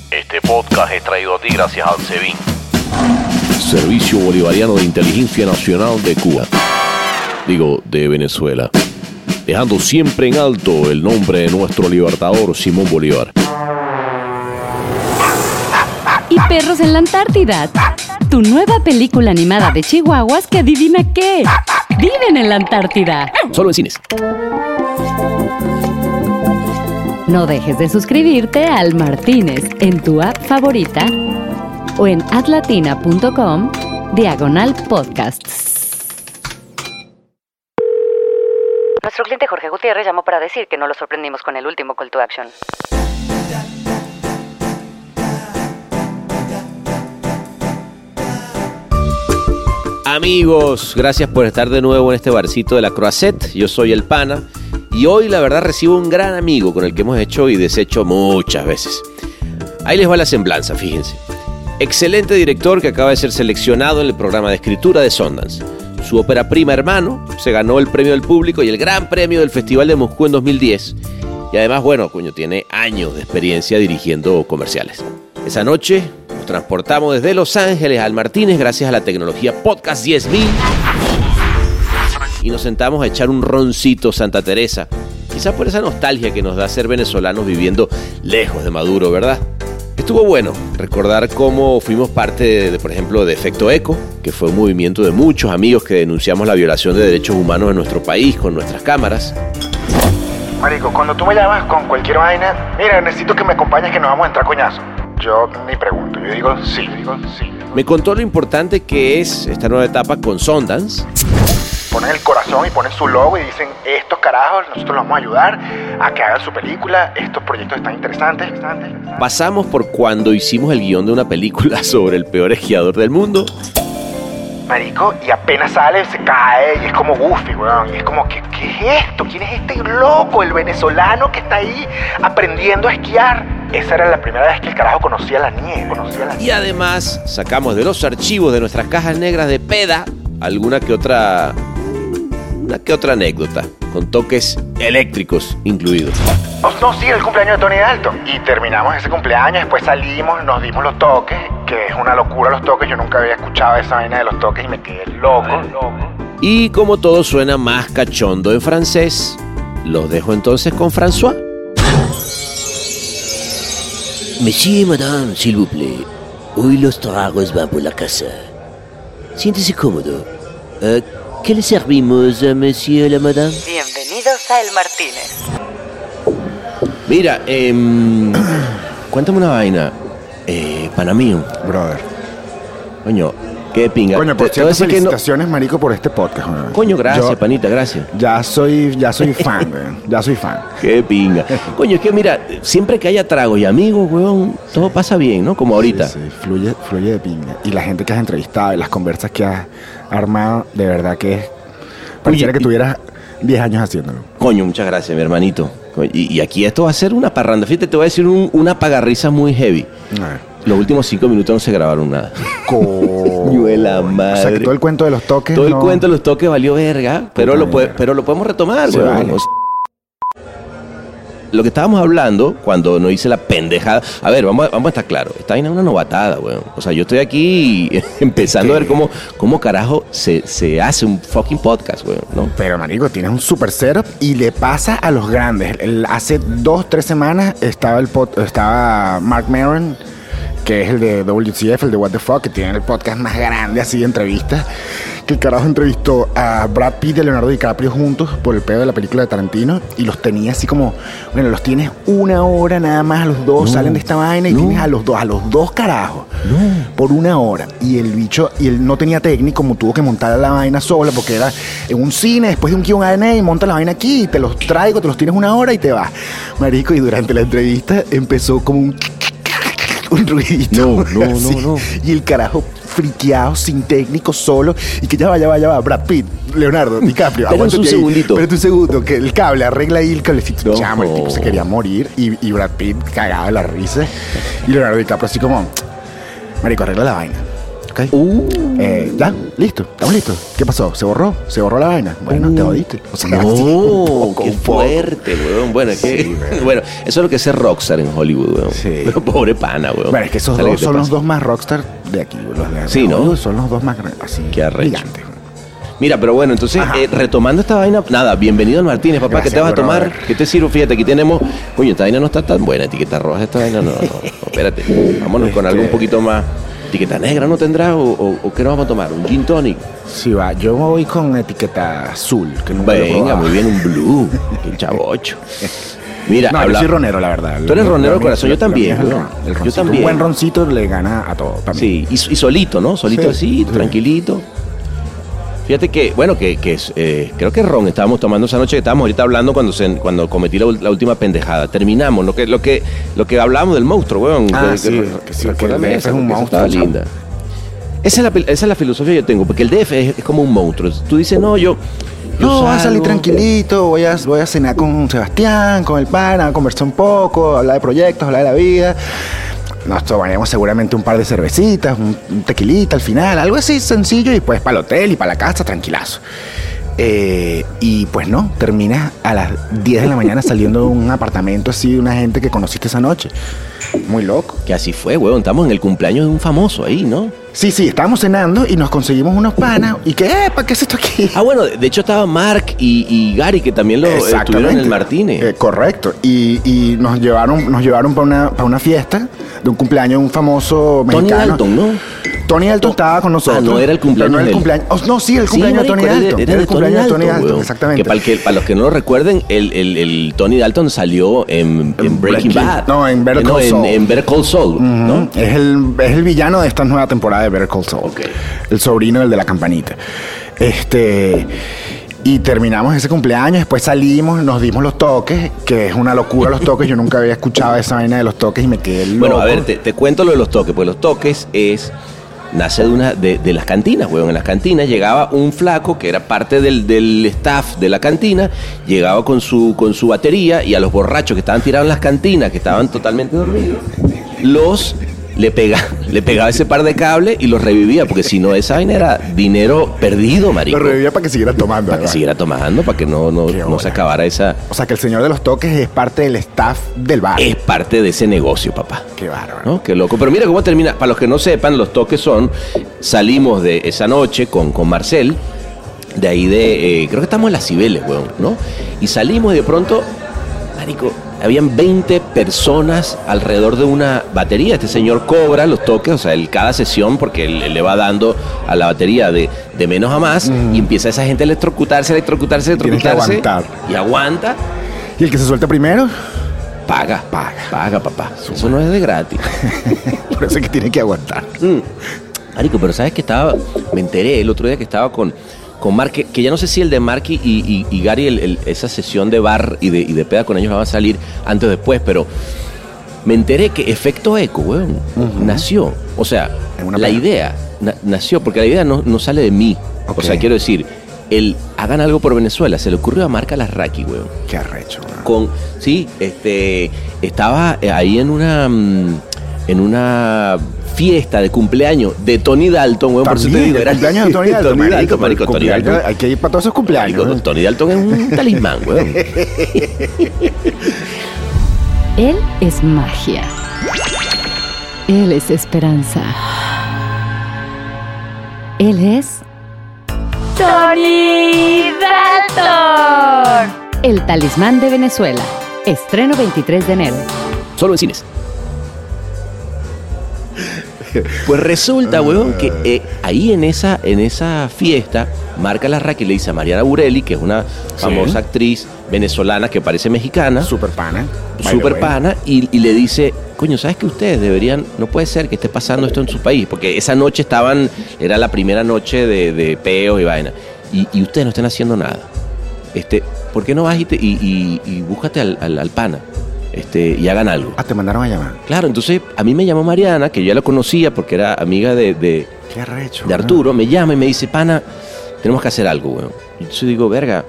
Este podcast es traído a ti gracias al SEBIN, Servicio Bolivariano de Inteligencia Nacional de Cuba. Digo, de Venezuela. Dejando siempre en alto el nombre de nuestro libertador Simón Bolívar. Y Perros en la Antártida. Tu nueva película animada de chihuahuas que adivina qué. Viven en la Antártida. Solo en cines. No dejes de suscribirte al Martínez en tu app favorita o en atlatina.com/podcasts. Nuestro cliente Jorge Gutiérrez llamó para decir que no lo sorprendimos con el último call to action. Amigos, gracias por estar de nuevo en este barcito de la Croisette. Yo soy el Pana y hoy la verdad recibo un gran amigo con el que hemos hecho y deshecho muchas veces. Ahí les va la semblanza, fíjense. Excelente director que acaba de ser seleccionado en el programa de escritura de Sundance. Su ópera prima Hermano se ganó el premio del público y el gran premio del Festival de Moscú en 2010. Y además, tiene años de experiencia dirigiendo comerciales. Esa noche nos transportamos desde Los Ángeles al Martínez gracias a la tecnología Podcast 10.000 y nos sentamos a echar un roncito Santa Teresa. Quizás por esa nostalgia que nos da ser venezolanos viviendo lejos de Maduro, ¿verdad? Estuvo bueno recordar cómo fuimos parte, por ejemplo, de Efecto Eco, que fue un movimiento de muchos amigos que denunciamos la violación de derechos humanos en nuestro país con nuestras cámaras. Marico, cuando tú me llamas con cualquier vaina, mira, necesito que me acompañes que nos vamos a entrar coñazo. Yo ni pregunto, yo digo sí. Me contó lo importante que es esta nueva etapa con Sundance. Ponen el corazón y ponen su logo y dicen, estos carajos, nosotros los vamos a ayudar a que hagan su película, estos proyectos están interesantes. Pasamos por cuando hicimos el guión de una película sobre el peor esquiador del mundo. Marico, y apenas sale, se cae y es como Goofy, weón. Y es como, ¿qué es esto? ¿Quién es este loco, el venezolano que está ahí aprendiendo a esquiar? Esa era la primera vez que el carajo conocía la nieve. Y además sacamos de los archivos de nuestras cajas negras de peda una que otra anécdota, con toques eléctricos incluidos. No, sí, el cumpleaños de Tony Dalton. Y terminamos ese cumpleaños, después salimos, nos dimos los toques, que es una locura los toques. Yo nunca había escuchado esa vaina de los toques y me quedé loco. Y como todo suena más cachondo en francés, los dejo entonces con François. Monsieur et madame, s'il vous plaît. Hoy los tragos van por la casa. Siéntese cómodo. ¿Qué le servimos a monsieur y la madame? Bienvenidos a El Martínez. Mira, cuéntame una vaina. Pana mío. Brother. Coño, qué pinga. Coño, por cierto, felicitaciones, no... marico, por este podcast. ¿No? Coño, gracias, panita, gracias. Ya soy fan, weón. Ya soy fan. Qué pinga. Coño, es que mira, siempre que haya tragos y amigos, weón, todo pasa bien, ¿no? Como ahorita. Sí, fluye de pinga. Y la gente que has entrevistado y las conversas que has armado, de verdad que es... Pareciera que tuvieras 10 años haciéndolo. Coño, muchas gracias, mi hermanito. Y aquí esto va a ser una parranda. Fíjate, te voy a decir una apagarrisa muy heavy. Los últimos 5 minutos no se grabaron nada. Coño de la madre. O sea, que todo el cuento de los toques... el cuento de los toques valió verga, pero lo podemos retomar, güey. Vale. Lo que estábamos hablando cuando no hice la pendejada... A ver, vamos a estar claros. Esta vaina es una novatada, güey. O sea, yo estoy aquí empezando a ver cómo carajo se hace un fucking podcast, güey, ¿no? Pero, marico, tienes un super setup y le pasa a los grandes. Hace 2-3 semanas estaba Mark Maron, que es el de WTF, el de What the Fuck, que tiene el podcast más grande así de entrevistas, que el carajo entrevistó a Brad Pitt y a Leonardo DiCaprio juntos por el pedo de la película de Tarantino y los tenía así como, bueno, los tienes 1 hora nada más, a los dos salen de esta vaina y tienes a los dos carajos por 1 hora. Y el bicho, y él no tenía técnico, como tuvo que montar la vaina sola porque era en un cine, después de un Q&A y monta la vaina aquí y te los traigo, te los tienes 1 hora y te vas. Marico, y durante la entrevista empezó como un ruidito. No. Y el carajo friqueado, sin técnico, solo. Y que ya va. Brad Pitt, Leonardo DiCaprio. Espérate un segundito. Espérate un segundo, que el cable, arregla ahí el cablecito. Chamo, el tipo se quería morir. Y Brad Pitt cagaba de la risa. Y Leonardo DiCaprio así como, marico, arregla la vaina. ¿Ok? Ya, listo, estamos listos. ¿Qué pasó? ¿Se borró? ¿Se borró la vaina? Bueno, te jodiste. O sea, así, un poco, qué fuerte, weón. Bueno, es que, bueno, eso es lo que es ser rockstar en Hollywood, weón. Sí. Pero pobre pana, weón. Bueno, es que esos ¿Sabes dos qué te son los pasa? dos más rockstar de aquí, los de Sí, ¿no? Hollywood son los dos más así, Qué arrecho. gigantes. Mira, pero bueno, entonces, retomando esta vaina, nada, bienvenido al Martínez, papá. Gracias, ¿Qué te vas a tomar? brother. ¿Qué te sirvo? Fíjate, aquí tenemos, coño, esta vaina no está tan buena, etiqueta roja, esta vaina no, espérate, vámonos con algo un poquito más, etiqueta negra, ¿no tendrás? ¿O qué nos vamos a tomar? ¿Un gin tonic? Sí, va. Yo me voy con etiqueta azul, que nunca lo he Venga, probado. muy bien, un blue, qué chavocho. Mira, No, yo soy ronero, la verdad. Tú eres ronero de Lo corazón, mío- yo también, lo mío es weón. el Yo roncito. también. Un buen roncito le gana a todo. Para mí. Sí, y solito, ¿no? Solito Sí, así, sí. tranquilito. Fíjate que, bueno, creo que ron estábamos tomando esa noche que estábamos ahorita hablando cuando cometí la última pendejada. Terminamos, lo que hablábamos del monstruo, weón. Ah, sí, que sí, que el recuérdame DF esa, es un porque esa monstruo, estaba chamo. linda. Esa es la filosofía que yo tengo, porque el DF es como un monstruo. Tú dices, no, yo No, voy a salir salgo. tranquilito, voy a cenar con Sebastián, con el pana, a conversar un poco, hablar de proyectos, hablar de la vida. Nos tomaremos seguramente un par de cervecitas, un tequilita al final, algo así sencillo y pues para el hotel y para la casa, tranquilazo. Y pues no, terminas a las 10 de la mañana saliendo de un apartamento así de una gente que conociste esa noche. Muy loco. Que así fue, weón. Estamos en el cumpleaños de un famoso ahí, ¿no? Sí, estábamos cenando y nos conseguimos unos panas. ¿Y qué? ¿Para qué es esto aquí? Ah, bueno, de hecho estaba Mark y Gary, que también lo estuvieron en el Martínez. Correcto. Y nos llevaron para una fiesta de un cumpleaños de un famoso Tony mexicano. Dalton, ¿no? Tony Dalton estaba con nosotros. no era el cumpleaños Pero no era de el él. cumpleaños. No, sí, el Sí, cumpleaños marico, de Tony Dalton. era Era el cumpleaños de Tony Dalton, weón. exactamente. Que para los que no lo recuerden, el Tony Dalton salió en Breaking Bad. No, en Better Call Saul. En Better Call Saul, ¿no? Es el villano de esta nueva temporada de Better Call Saul. Ok. El sobrino del de la campanita. Y terminamos ese cumpleaños, después salimos, nos dimos los toques, que es una locura los toques. Yo nunca había escuchado esa vaina de los toques y me quedé loco. Bueno, a ver, te cuento lo de los toques. Pues los toques nace de las cantinas, weón. En las cantinas llegaba un flaco que era parte del staff de la cantina, llegaba con su batería y a los borrachos que estaban tirados en las cantinas, que estaban totalmente dormidos, le pegaba ese par de cables y los revivía, porque si no, esa vaina era dinero perdido, marico. Lo revivía para que siguiera tomando. Para que ¿verdad? siguiera tomando, para que no Qué se bola. acabara esa... O sea, que el señor de los toques es parte del staff del bar. Es parte de ese negocio, papá. Qué bárbaro. ¿No? Qué loco. Pero mira cómo termina. Para los que no sepan, los toques salimos de esa noche con Marcel, de ahí creo que estamos en las Cibeles, weón, ¿no? Y salimos y de pronto, marico, habían 20 personas alrededor de una batería. Este señor cobra los toques, o sea, cada sesión, porque él le va dando a la batería de menos a más, y empieza esa gente a electrocutarse. Tienes que aguantar. Y aguanta. ¿Y el que se suelta primero? Paga, papá. Eso no es de gratis. Por eso es que tiene que aguantar. Marico, pero ¿sabes que me enteré el otro día que estaba con Mark, que ya no sé si el de Mark y Gary, esa sesión de bar y de peda con ellos va a salir antes o después, pero me enteré que Efecto Eco, weón, nació. O sea, En una la peda. idea nació, porque la idea no sale de mí. Ok. O sea, quiero decir, hagan algo por Venezuela, se le ocurrió a Marc Alarraqui, weón. Qué arrecho, ¿no? Estaba ahí en una fiesta de cumpleaños de Tony Dalton, weón, por eso te También, digo, el era cumpleaños de Tony Dalton. marico, Tony cumpleaños, Dalton. hay que ir para todos esos cumpleaños. Marico, ¿no? Tony Dalton es un talismán, weón. Él es magia. Él es esperanza. Él es ¡Tony Dalton! el talismán de Venezuela. Estreno 23 de enero. Solo en cines. Pues resulta, weón, que ahí en esa fiesta, Marc Alarraqui le dice a Mariana Burelli, que es una famosa actriz venezolana que parece mexicana, Super pana. super pana, y le dice, coño, ¿sabes que ustedes deberían, no puede ser que esté pasando esto en su país? Porque esa noche era la primera noche de peos y vaina, y ustedes no están haciendo nada. ¿Por qué no vas y búscate al pana? Y hagan algo. Ah, te mandaron a llamar. Claro, entonces a mí me llamó Mariana, que yo ya la conocía porque era amiga de Qué arrecho. Arturo, me llama y me dice, pana, tenemos que hacer algo, weón. Y yo digo, verga,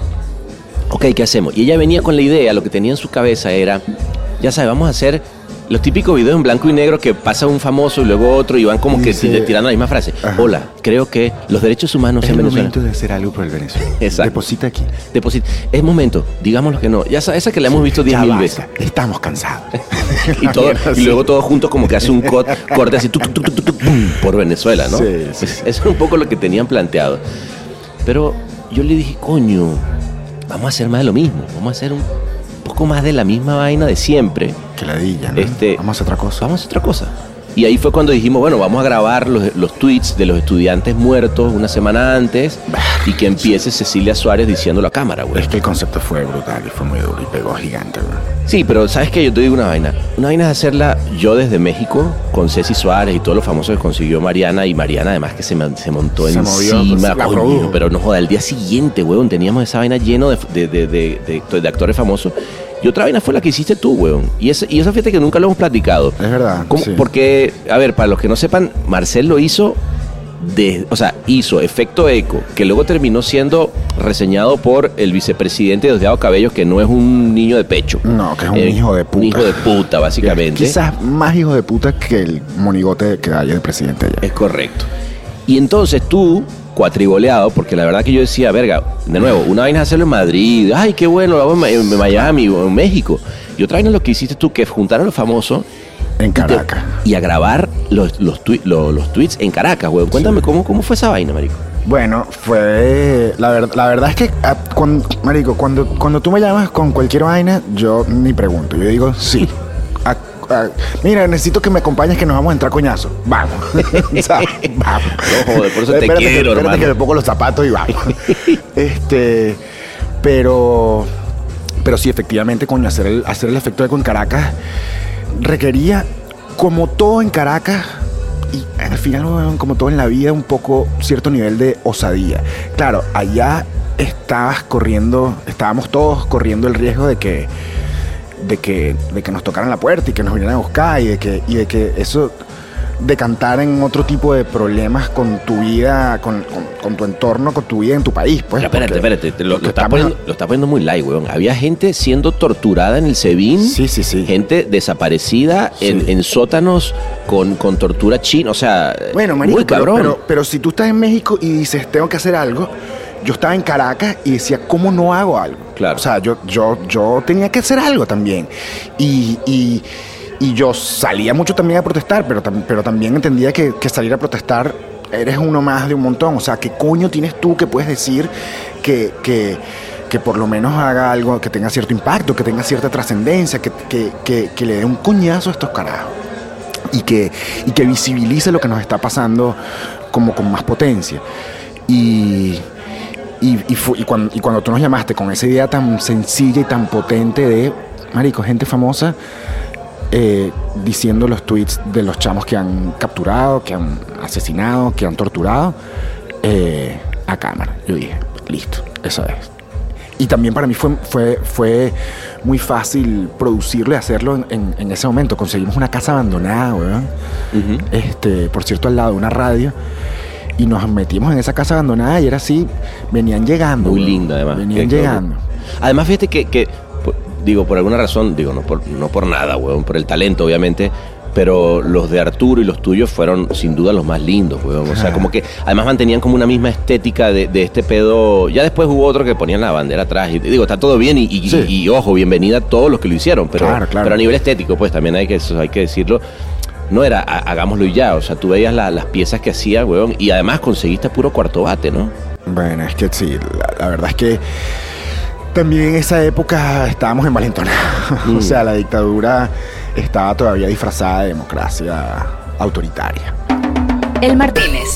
ok, ¿qué hacemos? Y ella venía con la idea, lo que tenía en su cabeza era, ya sabes, vamos a hacer los típicos videos en blanco y negro que pasa un famoso y luego otro y van como que tirando la misma frase. Ajá. Hola, creo que los derechos humanos en Venezuela. Es momento de hacer algo por el Venezuela. Exacto. Deposita aquí. Es momento, digámoslo que no. Ya esa que la hemos visto 10.000 veces. Estamos cansados. y luego todos juntos como que hace un corte así por Venezuela, ¿no? Sí. Eso es un poco lo que tenían planteado. Pero yo le dije, coño, vamos a hacer más de lo mismo. Vamos a hacer un poco más de la misma vaina de siempre. Que ladilla, ¿no? Vamos a hacer otra cosa. Vamos a hacer otra cosa. Y ahí fue cuando dijimos, bueno, vamos a grabar los tweets de los estudiantes muertos una semana antes y que empiece Cecilia Suárez diciéndolo a cámara, güey. Es que el concepto fue brutal y fue muy duro y pegó gigante, güey. Sí, pero ¿sabes qué? Yo te digo una vaina. Una vaina es hacerla yo desde México con Ceci Suárez y todos los famosos que consiguió Mariana. Y Mariana además que se montó encima. Movió, pues, pero no joda, el día siguiente, güey, teníamos esa vaina lleno de actores famosos. Y otra vaina fue la que hiciste tú, weón. Y esa fíjate que nunca lo hemos platicado. Es verdad. Sí. Porque, a ver, para los que no sepan, Marcel lo hizo hizo Efecto Eco, que luego terminó siendo reseñado por el vicepresidente Diosdado Cabello, que no es un niño de pecho. No, que es un hijo de puta. Un hijo de puta, básicamente. Quizás más hijo de puta que el monigote que hay del presidente allá. Es correcto. Y entonces tú, cuatrigoleado, porque la verdad que yo decía, verga, de nuevo, una vaina es hacerlo en Madrid, ay, qué bueno, lo hago en Miami o en México. Y otra vaina es lo que hiciste tú, que juntar a los famosos en Caracas. Y a grabar los tweets en Caracas, güey. Cuéntame, sí. ¿Cómo fue esa vaina, marico? Bueno, fue... La verdad es que, marico, cuando tú me llamas con cualquier vaina, yo ni pregunto. Yo digo, sí. Mira, necesito que me acompañes, que nos vamos a entrar coñazo. Vamos. Vamos. No, joder, por eso te quiero, hermano. Espérate que me pongo los zapatos y vamos. Pero sí, efectivamente, coño, hacer el efecto eco en Caracas requería, como todo en Caracas, y al final, como todo en la vida, un poco cierto nivel de osadía. Claro, allá estábamos todos corriendo el riesgo de que nos tocaran la puerta y que nos vinieran a buscar y de que eso decantara en otro tipo de problemas con tu vida, con tu entorno, con tu vida en tu país, pues. Pero espérate, lo estás poniendo muy light, weón. Había gente siendo torturada en el SEBIN. Sí. Gente desaparecida en sótanos con tortura china, o sea, bueno, marico, muy cabrón. Pero si tú estás en México y dices, tengo que hacer algo, yo estaba en Caracas y decía, ¿cómo no hago algo? Claro. O sea, yo tenía que hacer algo también. Y yo salía mucho también a protestar, pero también entendía que salir a protestar eres uno más de un montón. O sea, ¿qué coño tienes tú que puedes decir que por lo menos haga algo que tenga cierto impacto, que tenga cierta trascendencia, que le dé un coñazo a estos carajos? Y que visibilice lo que nos está pasando como con más potencia. Y cuando tú nos llamaste con esa idea tan sencilla y tan potente de, marico, gente famosa diciendo los tweets de los chamos que han capturado, que han asesinado, que han torturado, a cámara. Yo dije, listo, eso es. Y también para mí fue muy fácil producirlo y hacerlo en ese momento. Conseguimos una casa abandonada, weón. Uh-huh. Por cierto, al lado de una radio. Y nos metimos en esa casa abandonada y era así, venían llegando. Muy linda, además. Venían llegando. Además, fíjate que digo, por alguna razón, digo, no por nada, weón, por el talento, obviamente, pero los de Arturo y los tuyos fueron sin duda los más lindos, weón. O sea, como que además mantenían como una misma estética de este pedo. Ya después hubo otro que ponían la bandera atrás. Y digo, está todo bien y ojo, bienvenida a todos los que lo hicieron, pero, claro. Pero a nivel estético, pues también hay que decirlo. No era hagámoslo y ya, o sea, tú veías las piezas que hacía, weón, y además conseguiste puro cuarto bate, ¿no? Bueno, es que sí, la verdad es que también en esa época estábamos envalentonados. O sea, la dictadura estaba todavía disfrazada de democracia autoritaria. El Martínez.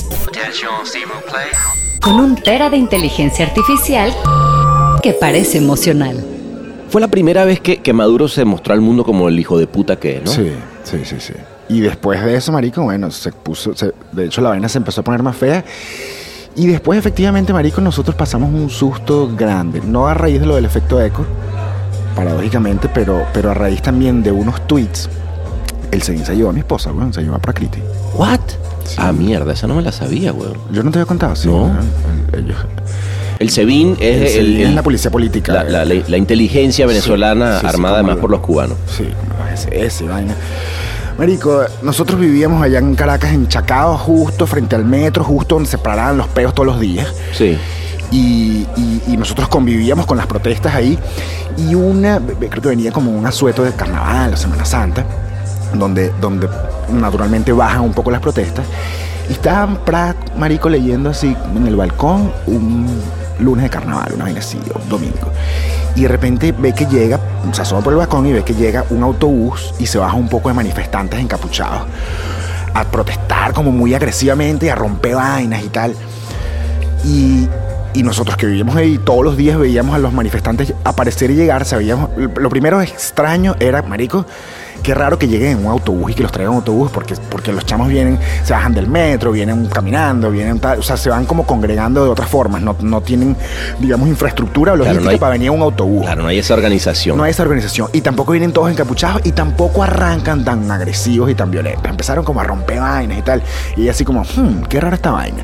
Con 1 tera de inteligencia artificial que parece emocional. Fue la primera vez que Maduro se mostró al mundo como el hijo de puta que es, ¿no? Sí. Y después de eso, marico, bueno, de hecho la vaina se empezó a poner más fea. Y después, efectivamente, marico, nosotros pasamos un susto grande. No a raíz de lo del efecto eco, paradójicamente, pero a raíz también de unos tweets. El SEBIN se llevó a mi esposa, weón, se llevó a Prakriti. ¿What? Sí. Ah, mierda, esa no me la sabía, weón. Yo no te había contado, sí. No. El SEBIN es la policía política. La inteligencia venezolana armada además por los cubanos. Sí, ese vaina. Marico, nosotros vivíamos allá en Caracas, en Chacao, justo frente al metro, justo donde se paraban los peos todos los días. Sí. Y nosotros convivíamos con las protestas ahí. Y creo que venía como un asueto de carnaval o Semana Santa, donde naturalmente bajan un poco las protestas. Y estaba Prat, marico, leyendo así en el balcón un lunes de carnaval, una vaina así, o domingo. Y de repente ve que llega, se asoma por el balcón y ve que llega un autobús y se baja un poco de manifestantes encapuchados a protestar como muy agresivamente, a romper vainas y tal. Y nosotros que vivíamos ahí todos los días veíamos a los manifestantes aparecer y llegar, sabíamos. Lo primero extraño era, marico, qué raro que lleguen en un autobús y que los traigan en un autobús, porque los chamos se bajan del metro, vienen caminando, o sea, se van como congregando de otras formas, no tienen, digamos, infraestructura o logística para venir a un autobús. Claro, no hay esa organización. No hay esa organización. Y tampoco vienen todos encapuchados y tampoco arrancan tan agresivos y tan violentos. Empezaron como a romper vainas y tal. Y así como, qué rara esta vaina.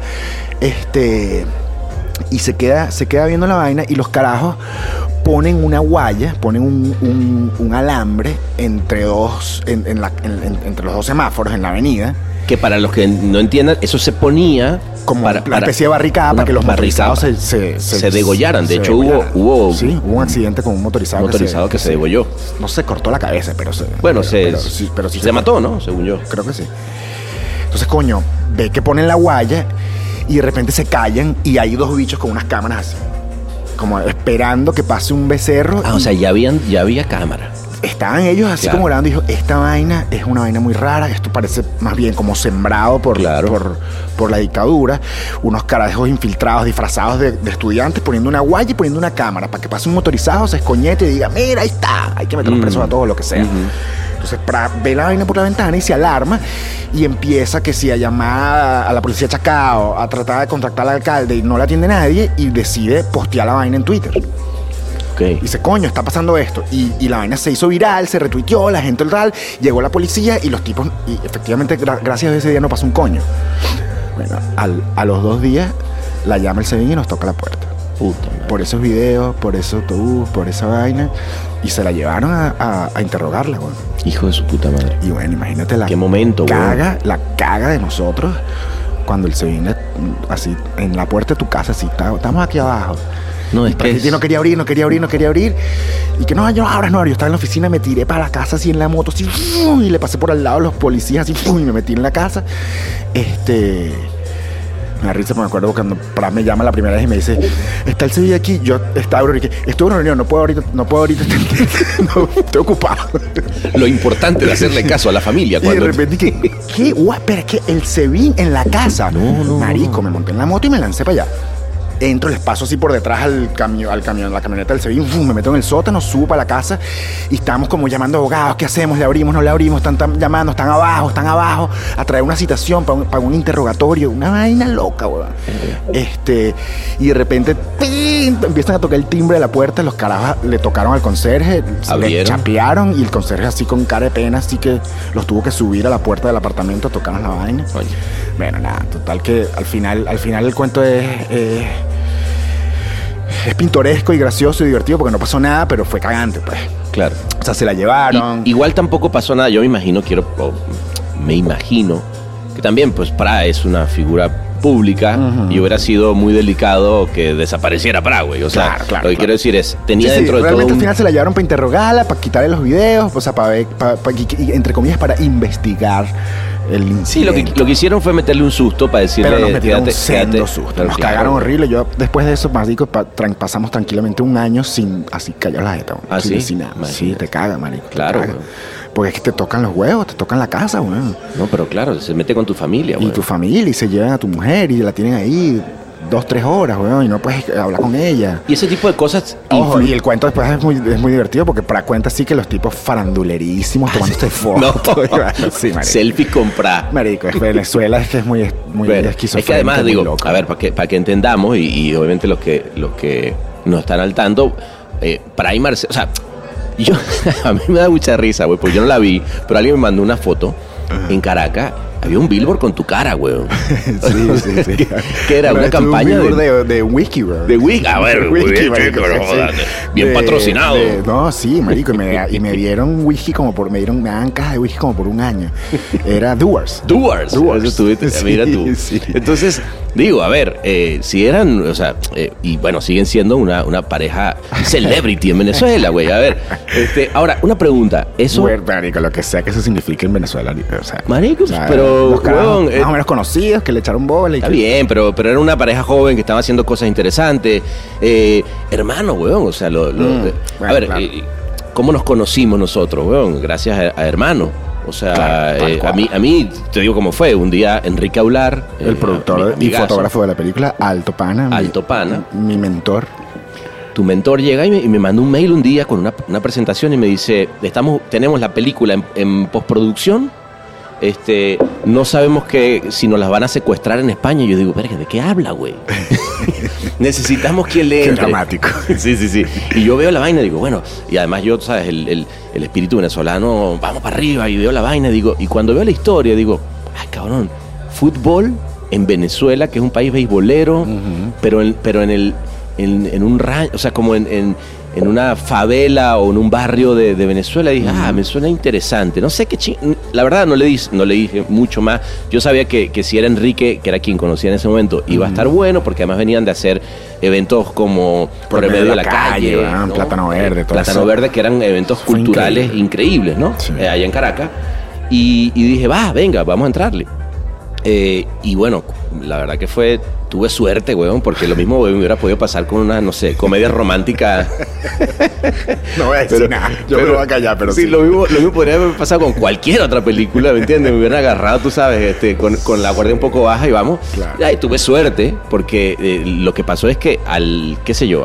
Y se queda viendo la vaina y los carajos ponen una guaya, ponen un alambre entre entre los dos semáforos en la avenida. Que para los que no entiendan, eso se ponía como una especie de barricada para que los motorizados se degollaran. De hecho, hubo un accidente con un motorizado que se degolló. No se cortó la cabeza, pero se mató, ¿no? Según yo. Creo que sí. Entonces, coño, ve que ponen la guaya y de repente se callan y hay dos bichos con unas cámaras así, como esperando que pase un becerro. O sea, ya había cámara. Estaban ellos así como grabando y dijo, esta vaina es una vaina muy rara, esto parece más bien como sembrado por la dictadura. Unos carajos infiltrados, disfrazados de estudiantes, poniendo una guaya y poniendo una cámara para que pase un motorizado, se escoñete y diga, mira, ahí está, hay que meterlos presos a todos, lo que sea. Entonces ve la vaina por la ventana y se alarma y empieza a llamar a la policía de Chacao, a tratar de contactar al alcalde y no la atiende nadie y decide postear la vaina en Twitter. Okay. Dice, coño, está pasando esto. Y la vaina se hizo viral, se retuiteó, la gente tal, llegó la policía y los tipos, y efectivamente, gracias a ese día no pasó un coño. Bueno, a los 2 días la llama el SEBIN y nos toca la puerta. Puta madre. Por esos videos, por ese autobús, por esa vaina. Y se la llevaron a interrogarla, güey. Hijo de su puta madre. Y bueno, imagínate ¿Qué momento, la caga de nosotros cuando el SEBIN así en la puerta de tu casa, así, estamos aquí abajo. No, es que no quería abrir. Y que no abras. Yo estaba en la oficina, me tiré para la casa así en la moto, así, y le pasé por al lado a los policías, así, y me metí en la casa. Me da risa, porque me acuerdo cuando Prat me llama la primera vez y me dice, ¿está el Sevilla aquí? Yo estaba en una reunión, no puedo ahorita, no, estoy ocupado. Lo importante de hacerle caso a la familia. Y de repente, ¿qué? Pero es que el SEBIN en la casa. No. Marico, me monté en la moto y me lancé para allá. Entro, les paso así por detrás al camión, la camioneta del SEBIN, me meto en el sótano, subo para la casa y estamos como llamando abogados, ¿qué hacemos? ¿Le abrimos? ¿No le abrimos? Están llamando, están abajo, a traer una citación para un interrogatorio, una vaina loca, weón. Y de repente empiezan a tocar el timbre de la puerta, los carajos le tocaron al conserje, le chapearon y el conserje así con cara de pena, así que los tuvo que subir a la puerta del apartamento a tocarnos la vaina. Oye. Bueno, nada, total que al final el cuento es pintoresco y gracioso y divertido porque no pasó nada, pero fue cagante, pues. Claro. O sea, se la llevaron. Igual tampoco pasó nada. Yo me imagino que también, pues, Prat es una figura pública y hubiera sido muy delicado que desapareciera Prat, güey. O sea, lo que quiero decir es, tenía dentro de todo realmente al final se la llevaron para interrogarla, para quitarle los videos, o sea, para ver, entre comillas, para investigar el incidente. Sí, lo que hicieron fue meterle un susto para decirle... Pero nos metieron un sendo susto. Nos cagaron horrible. Yo, después de eso, marico, pasamos tranquilamente 1 año sin así callar la jeta. ¿Ah, sí? Sin nada. Sí, te caga, marico. Claro. Porque es que te tocan los huevos, te tocan la casa, güey. No, pero claro, se mete con tu familia, güey. Y tu familia, y se llevan a tu mujer y la tienen ahí 2-3 horas, güey, y no puedes hablar con ella. Y ese tipo de cosas... Ojo, y el cuento después es muy divertido porque para cuenta sí que los tipos farandulerísimos tomándose fotos. Sí, marico. Selfie con Prat. Marico, Venezuela es que es muy esquizofrénico. Es que además, digo, a ver, para que entendamos y obviamente los que nos están al tanto, Prat y Marcelo, o sea, a mí me da mucha risa, güey, porque yo no la vi, pero alguien me mandó una foto en Caracas había un billboard con tu cara, weón. Sí. Que era una campaña de whisky, bro. de whisky. A ver, Whisky, bien, marico, pero, sí. bien patrocinado. No, sí, marico. Y me dieron whisky me dan cajas de whisky como por un año. Era Doers. Doers. Doers. Eso tuviste, Sí, mira tú. sí. Entonces, digo, a ver, si eran, o sea, y bueno, siguen siendo una pareja celebrity en Venezuela, güey. A ver, ahora, una pregunta. Eso... Bueno, marico, lo que sea que eso signifique en Venezuela. O sea, Marico, pero, los carajos weón, más o menos conocidos que le echaron bola. Está bien, pero era una pareja joven que estaba haciendo cosas interesantes. Hermano, weón, o sea, Bueno, a ver, claro. ¿cómo nos conocimos nosotros, weón? Gracias a hermano. O sea, Claro, tal cual. a mí, te digo cómo fue. Un día, Enrique Aular, El productor mi y amigazo, fotógrafo de la película, Alto Pana. Alto Pana. Mi mentor. Tu mentor llega y me manda un mail un día con una presentación y me dice, tenemos la película en postproducción, no sabemos si nos las van a secuestrar en España. Y yo digo, verga, ¿de qué habla, güey? Necesitamos quien le Qué entre. dramático. Sí. Y yo veo la vaina y digo, bueno, y además yo, ¿sabes? El espíritu venezolano, vamos para arriba, y veo la vaina y cuando veo la historia digo, ay, cabrón, fútbol en Venezuela, que es un país beisbolero, pero en un rancho, o sea, como en una favela o en un barrio de Venezuela. Dije, me suena interesante. No sé qué la verdad no le dije mucho más. Yo sabía que si era Enrique, que era quien conocía en ese momento, iba a estar bueno, porque además venían de hacer eventos como Por el medio de la calle, ¿no? Plátano Verde, todo Plátano eso. Verde, que eran eventos Fue culturales increíble. increíbles, ¿no? Sí. Allá en Caracas. Y dije, venga, vamos a entrarle. Y bueno, la verdad que tuve suerte, weón, porque lo mismo me hubiera podido pasar con una, no sé, comedia romántica. No voy a decir nada. Yo me voy a callar, pero sí. Lo mismo podría haber pasado con cualquier otra película, ¿me entiendes? Me hubieran agarrado, tú sabes, con la guardia un poco baja y vamos. Claro. Y tuve suerte, porque lo que pasó es que a los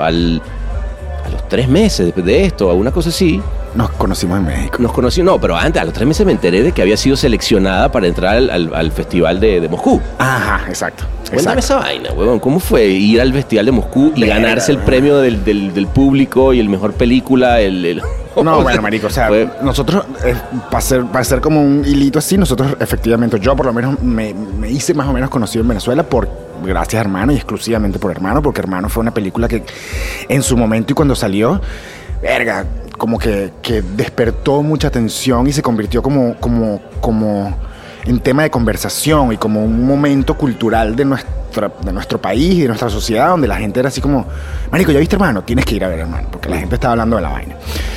3 meses de esto, a una cosa así, Nos conocimos en México. nos conocí, no, pero antes, a los 3 meses me enteré de que había sido seleccionada para entrar al festival de Moscú. Ajá, exacto. Cuéntame esa vaina, huevón. ¿Cómo fue ir al festival de Moscú y Verga, ganarse el huevón. premio del público y el mejor película? No, bueno, marico, o sea, nosotros, para ser como un hilito así, nosotros efectivamente, yo por lo menos me hice más o menos conocido en Venezuela gracias a Hermano y exclusivamente por Hermano, porque Hermano fue una película que en su momento y cuando salió, verga, como que despertó mucha atención y se convirtió como en tema de conversación y como un momento cultural de nuestro país y de nuestra sociedad, donde la gente era así como, marico, ¿ya viste Hermano? Tienes que ir a ver Hermano, porque la gente estaba hablando de la vaina.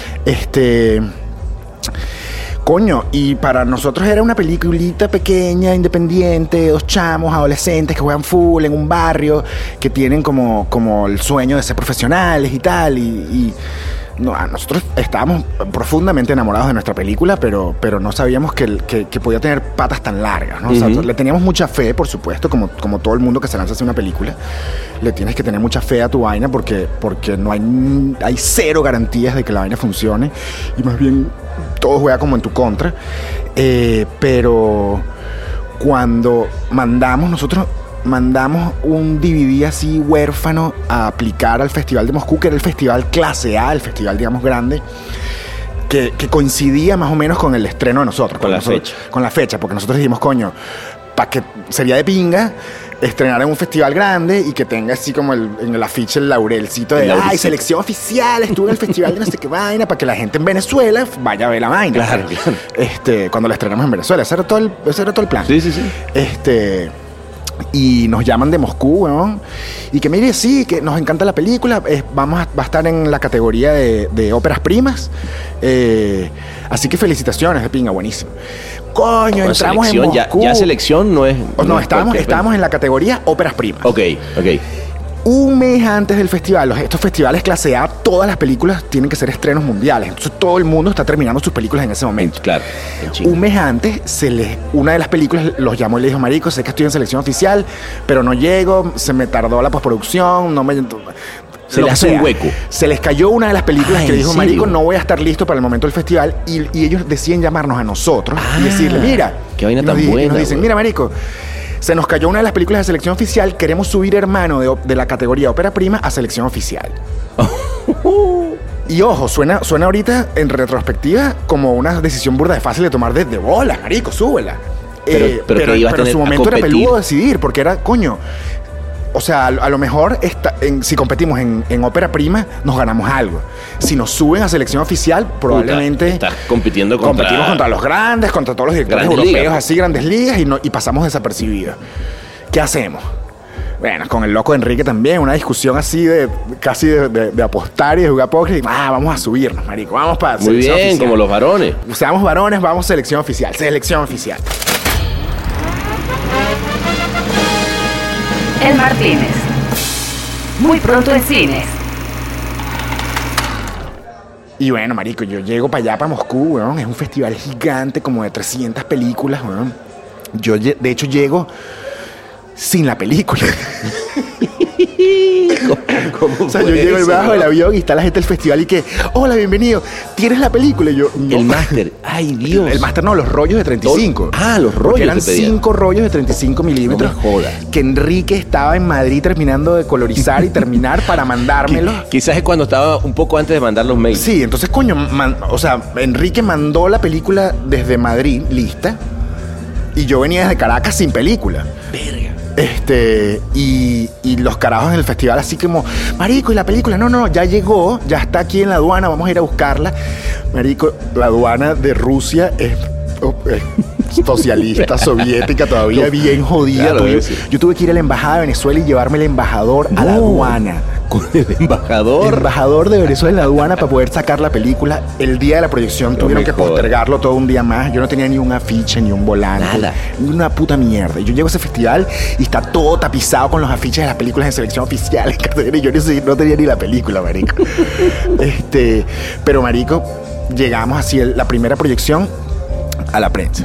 Coño, y para nosotros era una peliculita pequeña, independiente, 2 chamos, adolescentes que juegan full en un barrio, que tienen como el sueño de ser profesionales y tal, y no, nosotros estábamos profundamente enamorados de nuestra película, pero no sabíamos que podía tener patas tan largas, ¿no? O sea, le teníamos mucha fe, por supuesto, como todo el mundo que se lanza a hacer una película. Le tienes que tener mucha fe a tu vaina porque no hay cero garantías de que la vaina funcione, y más bien todo juega como en tu contra. Pero cuando nosotros mandamos un DVD así huérfano a aplicar al Festival de Moscú, que era el festival clase A, el festival, digamos, grande, que coincidía más o menos con el estreno de nosotros. Con la fecha. Con la fecha, porque nosotros dijimos, coño, para que sería de pinga estrenar en un festival grande y que tenga así como en el afiche el laurelcito de, ay, selección oficial, estuve en el festival de no sé qué vaina, para que la gente en Venezuela vaya a ver la vaina. Claro. Cuando la estrenamos en Venezuela, ese era todo el plan. Sí. Y nos llaman de Moscú, weón, y que mire, sí, que nos encanta la película, va a estar en la categoría de óperas primas, así que felicitaciones, de pinga, buenísimo. Coño, entramos en Moscú. Ya selección no es... No, estábamos en la categoría óperas primas. Ok. Un mes antes del festival, estos festivales clase A, todas las películas tienen que ser estrenos mundiales. Entonces todo el mundo está terminando sus películas en ese momento. Claro. Un mes antes, una de las películas los llamó y le dijo, marico, sé que estoy en selección oficial, pero no llego, se me tardó la postproducción, Se le hace un hueco. Se les cayó una de las películas que ¿en dijo, serio? marico, no voy a estar listo para el momento del festival. Y ellos deciden llamarnos a nosotros y decirle, mira. Qué vaina y nos tan buena, y nos dicen, güey. mira, marico, se nos cayó una de las películas de selección oficial, queremos subir Hermano de la categoría ópera prima a selección oficial. Y ojo, suena ahorita en retrospectiva como una decisión burda de fácil de tomar desde bola, marico, súbela. pero que ibas a en tener su a momento era competir. peludo decidir, porque era, coño, o sea, a lo mejor si competimos en ópera prima, nos ganamos algo. Si nos suben a selección oficial, probablemente Estás compitiendo competimos contra los grandes, contra todos los directores Grandes europeos, ligas. así, grandes ligas, y pasamos desapercibidos. ¿Qué hacemos? Bueno, con el loco Enrique también, una discusión así casi de apostar y de jugar póker. Y, vamos a subirnos, marico, vamos para Muy selección bien, oficial. como los varones. Seamos varones, vamos selección oficial. El Martínez. Muy pronto en cines. Y bueno, marico, yo llego para allá, para Moscú, weón. Es un festival gigante, como de 300 películas, weón. Yo, de hecho, llego sin la película. ¿Cómo O sea, yo fue llego eso, debajo del no? avión y está la gente del festival y que, hola, bienvenido, ¿tienes la película? Y yo, no. El máster. Ay, Dios. El máster no, los rollos de 35. Los rollos. Porque eran te pedían. 5 rollos de 35 milímetros. No me jodas. Que Enrique estaba en Madrid terminando de colorizar y terminar para mandármelo. Quizás es cuando estaba un poco antes de mandar los mails. Sí, entonces, coño, o sea, Enrique mandó la película desde Madrid, lista, y yo venía desde Caracas sin película. Verga. Y los carajos en el festival así como, marico, ¿y la película? No, ya llegó, ya está aquí en la aduana, vamos a ir a buscarla. Marico, la aduana de Rusia es socialista, soviética, todavía bien jodida. Claro, sí. Yo tuve que ir a la embajada de Venezuela y llevarme el embajador a la aduana. Con el embajador. Embajador de Venezuela en la aduana para poder sacar la película. El día de la proyección tuvieron me que jodas. postergarlo todo un día más. Yo no tenía ni un afiche, ni un volante. Nada. Ni una puta mierda. Y yo llego a ese festival y está todo tapizado con los afiches de las películas en selección oficial. Y yo no tenía ni la película, marico. Pero, marico, llegamos así, la primera proyección a la prensa.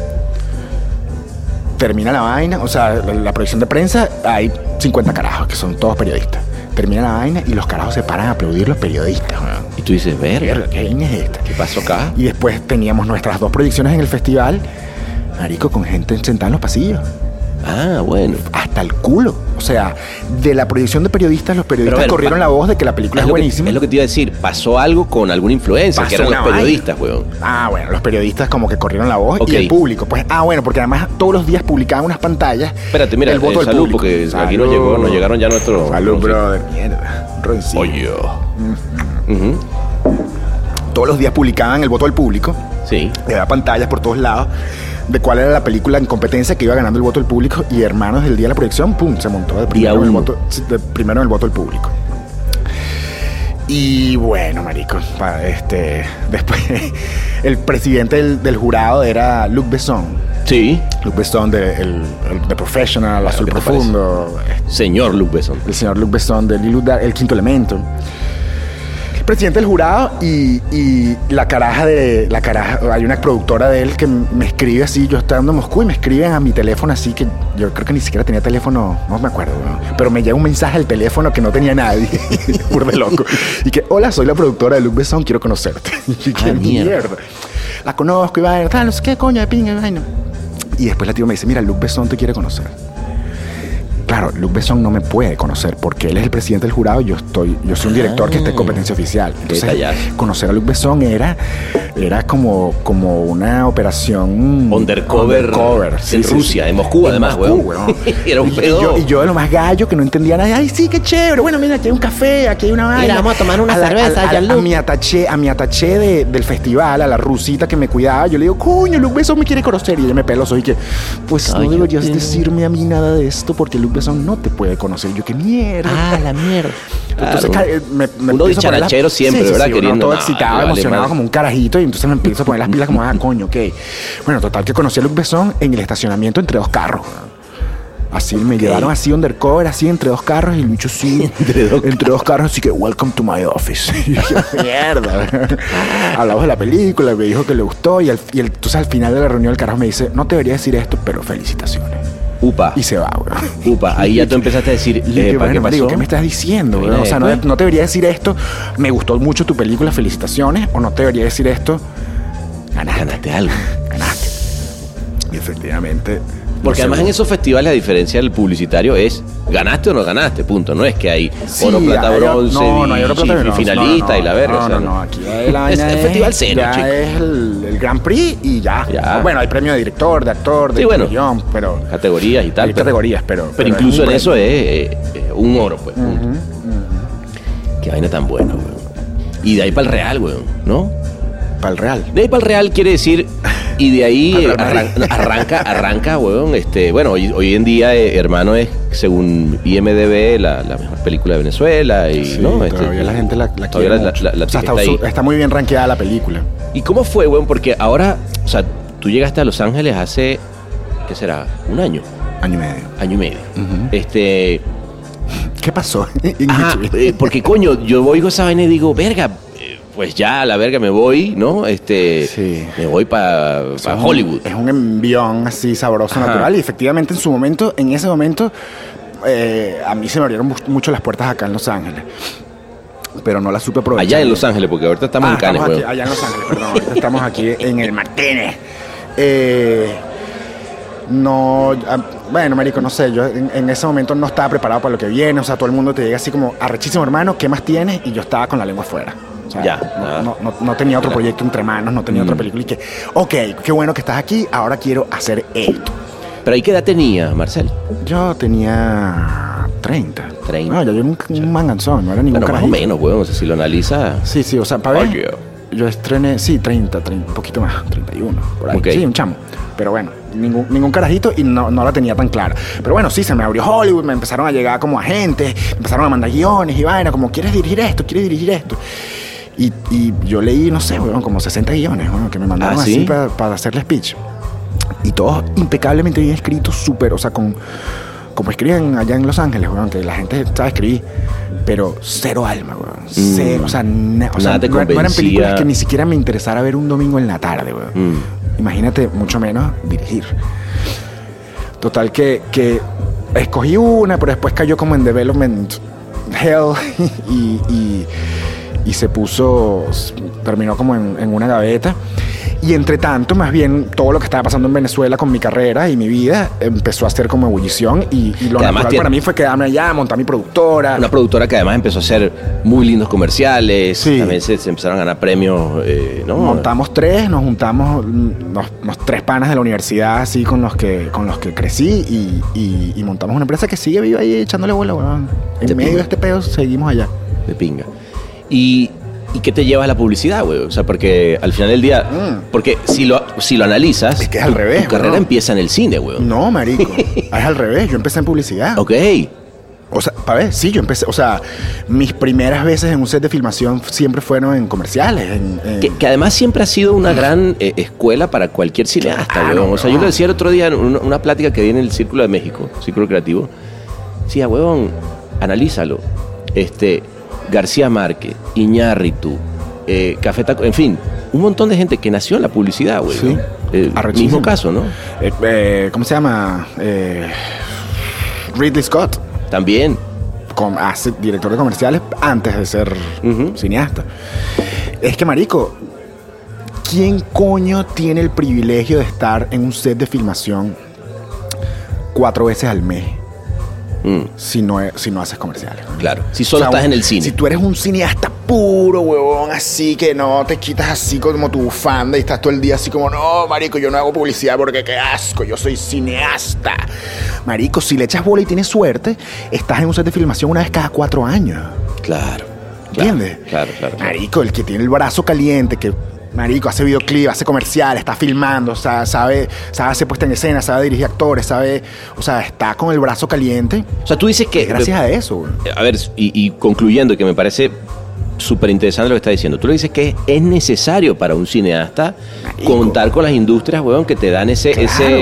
Termina la vaina, o sea, la proyección de prensa, hay 50 carajos, que son todos periodistas. Termina la vaina y los carajos se paran a aplaudir los periodistas, weón. Y tú dices, verga, Verga, ¿qué vaina es esta? ¿qué pasó acá? Y después teníamos nuestras 2 proyecciones en el festival, marico, con gente sentada en los pasillos. Ah, bueno. Hasta el culo. O sea, de la proyección de periodistas, los periodistas Pero a ver, corrieron la voz de que la película es buenísima. Es lo que te iba a decir. Pasó algo con alguna influencia, Pasó que eran una los periodistas, vaina. weón. Ah, bueno, los periodistas como que corrieron la voz Ok. y el público. Pues, bueno, porque además todos los días publicaban unas pantallas. Espérate, mira, el voto del salud, público. porque Salud. aquí nos llegaron ya nuestros... Salud, brother. Mierda. Roncito. Oye. Ujú. Todos los días publicaban el voto del público. Sí. Había pantallas por todos lados de cuál era la película en competencia que iba ganando el voto del público. Y hermanos, el día de la proyección, pum, se montó de primero, en el, primero en el voto del público. Y bueno, marico, después el presidente del jurado era Luc Besson. Sí. Luc Besson de Professional, Azul ¿qué te Profundo. Señor Luc Besson. El señor Luc Besson de El Quinto Elemento. Presidente del jurado y la caraja, hay una productora de él que me escribe así, yo estando en Moscú y me escriben a mi teléfono así, que yo creo que ni siquiera tenía teléfono, no me acuerdo, ¿no? Pero me llega un mensaje al teléfono que no tenía nadie, burda de loco, y que, hola, soy la productora de Luc Besson, quiero conocerte. Y que mierda. La conozco y va tal, no sé qué coño de pinga, vaina. Y después la tía me dice, mira, Luc Besson te quiere conocer. Claro, Luc Besson no me puede conocer porque él es el presidente del jurado y yo soy un director que está en competencia oficial. Entonces, conocer a Luc Besson era como una operación undercover en Rusia, en Moscú, además, weón. Era un pedo. Y yo de lo más gallo que no entendía nada. Ay, sí, qué chévere. Bueno, mira, aquí hay un café, aquí hay una vaina. Mira, vamos a tomar una cerveza, a mi ataché del festival, a la rusita que me cuidaba, yo le digo, coño, Luc Besson me quiere conocer. Y ella me pela los ojos y que, pues no deberías decirme a mí nada de esto porque Luc Besson no te puede conocer. Yo, qué mierda. Ah, la mierda. Entonces me uno dicharachero siempre, sí, ¿verdad? Sí, queriendo. Todo excitado, emocionado como un carajito. Y entonces me empiezo a poner las pilas como, coño, ok. Bueno, total que conocí a Luc Besson en el estacionamiento entre 2 carros. Así me llevaron así undercover, así entre 2 carros y el bicho sí. entre dos carros, así que welcome to my office. Y yo, mierda. Hablamos de la película, me dijo que le gustó y entonces al final de la reunión el carajo me dice, no te debería decir esto, pero felicitaciones. Upa. Y se va, güey. Upa, ahí ya tú empezaste a decir, ¿qué pasó? Digo, ¿qué me estás diciendo, güey? O sea, no te debería decir esto, me gustó mucho tu película, felicitaciones, o no te debería decir esto, ganaste algo. Ganaste. Y efectivamente, Porque además en esos festivales la diferencia del publicitario es ganaste o no ganaste, punto. No es que hay oro, plata, bronce, hay oro, plata, bronce, finalista y la verga. No, aquí la es el festival serio, ya chico. es el Grand Prix y ya. Bueno, hay premio de director, de actor, de guión, pero categorías y tal. Hay categorías, pero incluso en eso es un oro, pues. Qué vaina tan buena, weón. Y de ahí para el Real, weón, ¿no? Para el Real. De ahí para el Real quiere decir, y de ahí arranca, weón. Bueno, hoy en día, hermano, es según IMDb la mejor película de Venezuela. Y, sí, ¿no? Todavía la gente la todavía quiere mucho. O sea, está muy bien rankeada la película. ¿Y cómo fue, weón? Porque ahora, o sea, tú llegaste a Los Ángeles hace, ¿qué será? ¿Un año? Año y medio. Uh-huh. ¿Qué pasó? Porque, coño, yo voy con esa vaina y digo, verga, pues ya a la verga me voy, ¿no? Sí. Me voy para Hollywood. Es un envión así sabroso, natural. Y efectivamente en ese momento, a mí se me abrieron mucho las puertas acá en Los Ángeles. Pero no las supe aprovechar. Allá en Los Ángeles, porque ahorita estamos en Cannes, güey. Allá en Los Ángeles, perdón. Ahorita estamos aquí en el Martínez. No, bueno, marico, no sé, yo en ese momento no estaba preparado para lo que viene, o sea, todo el mundo te llega así como, arrechísimo hermano, ¿qué más tienes? Y yo estaba con la lengua afuera. O sea, no tenía otro proyecto entre manos, no tenía otra película y que, ok, qué bueno que estás aquí, ahora quiero hacer esto. ¿Pero ahí qué edad tenía, Marcel? Yo tenía 30. No, yo era un manganzón, no era ningún carajito. Más o menos, weón, o sea, si lo analizas. Sí, o sea, para ver, yo estrené, 30, un poquito más, 31, por ahí. Okay. Sí, un chamo. Pero bueno, ningún carajito y no la tenía tan clara. Pero bueno, sí, se me abrió Hollywood, me empezaron a llegar como agentes, me empezaron a mandar guiones y vaina, como, ¿quieres dirigir esto? Y yo leí, no sé, bueno, como 60 guiones, bueno, que me mandaron así para hacerle speech. Y todos impecablemente bien escritos, súper, o sea, como escriben allá en Los Ángeles, bueno, que la gente sabe escribir, pero cero alma, weón. Cero, o sea, no eran películas que ni siquiera me interesara ver un domingo en la tarde, weón. Imagínate, mucho menos dirigir. Total que escogí una, pero después cayó como en development hell y se terminó como en una gaveta. Y entre tanto, más bien, todo lo que estaba pasando en Venezuela con mi carrera y mi vida empezó a hacer como ebullición y lo natural para mí fue quedarme allá, montar mi productora. Una productora que además empezó a hacer muy lindos comerciales, sí. También se empezaron a ganar premios, ¿no? Montamos nos juntamos los 3 panas de la universidad así con los que crecí y montamos una empresa que sigue viva ahí echándole bola, weón. En medio de este pedo seguimos allá. De pinga. ¿Y qué te lleva a la publicidad, güey? O sea, porque al final del día... Porque si lo analizas... Es que es al revés, tu carrera empieza en el cine, güey. No, marico. Es al revés. Yo empecé en publicidad. Ok. O sea, para ver, sí, yo empecé... O sea, mis primeras veces en un set de filmación siempre fueron en comerciales. Que además siempre ha sido una gran escuela para cualquier cineasta, güey. O sea, yo lo decía el otro día en una plática que di en el Círculo de México, Círculo Creativo. Decía, huevón, analízalo. García Márquez, Iñárritu, Café Taco, en fin, un montón de gente que nació en la publicidad, güey. Sí. ¿No? Mismo caso, ¿no? ¿Cómo se llama? Ridley Scott. También. Director de comerciales antes de ser cineasta. Es que, marico, ¿quién coño tiene el privilegio de estar en un set de filmación 4 veces al mes? Si no haces comerciales, ¿no? Claro, si solo estás en el cine. Si tú eres un cineasta puro, huevón, así que no te quitas así como tu bufanda y estás todo el día así como, no, marico, yo no hago publicidad porque qué asco, yo soy cineasta. Marico, si le echas bola y tienes suerte, estás en un set de filmación una vez cada 4 años. Claro. ¿Entiendes? Claro. Marico, el que tiene el brazo caliente, que... Marico, hace videoclip, hace comerciales, está filmando, o sea, sabe hacer puesta en escena, sabe dirigir actores, o sea, está con el brazo caliente. O sea, tú dices que... Gracias a eso, güey. A ver, y concluyendo, que me parece súper interesante lo que estás diciendo. Tú le dices que es necesario para un cineasta, marico, contar con las industrias, weón, que te dan ese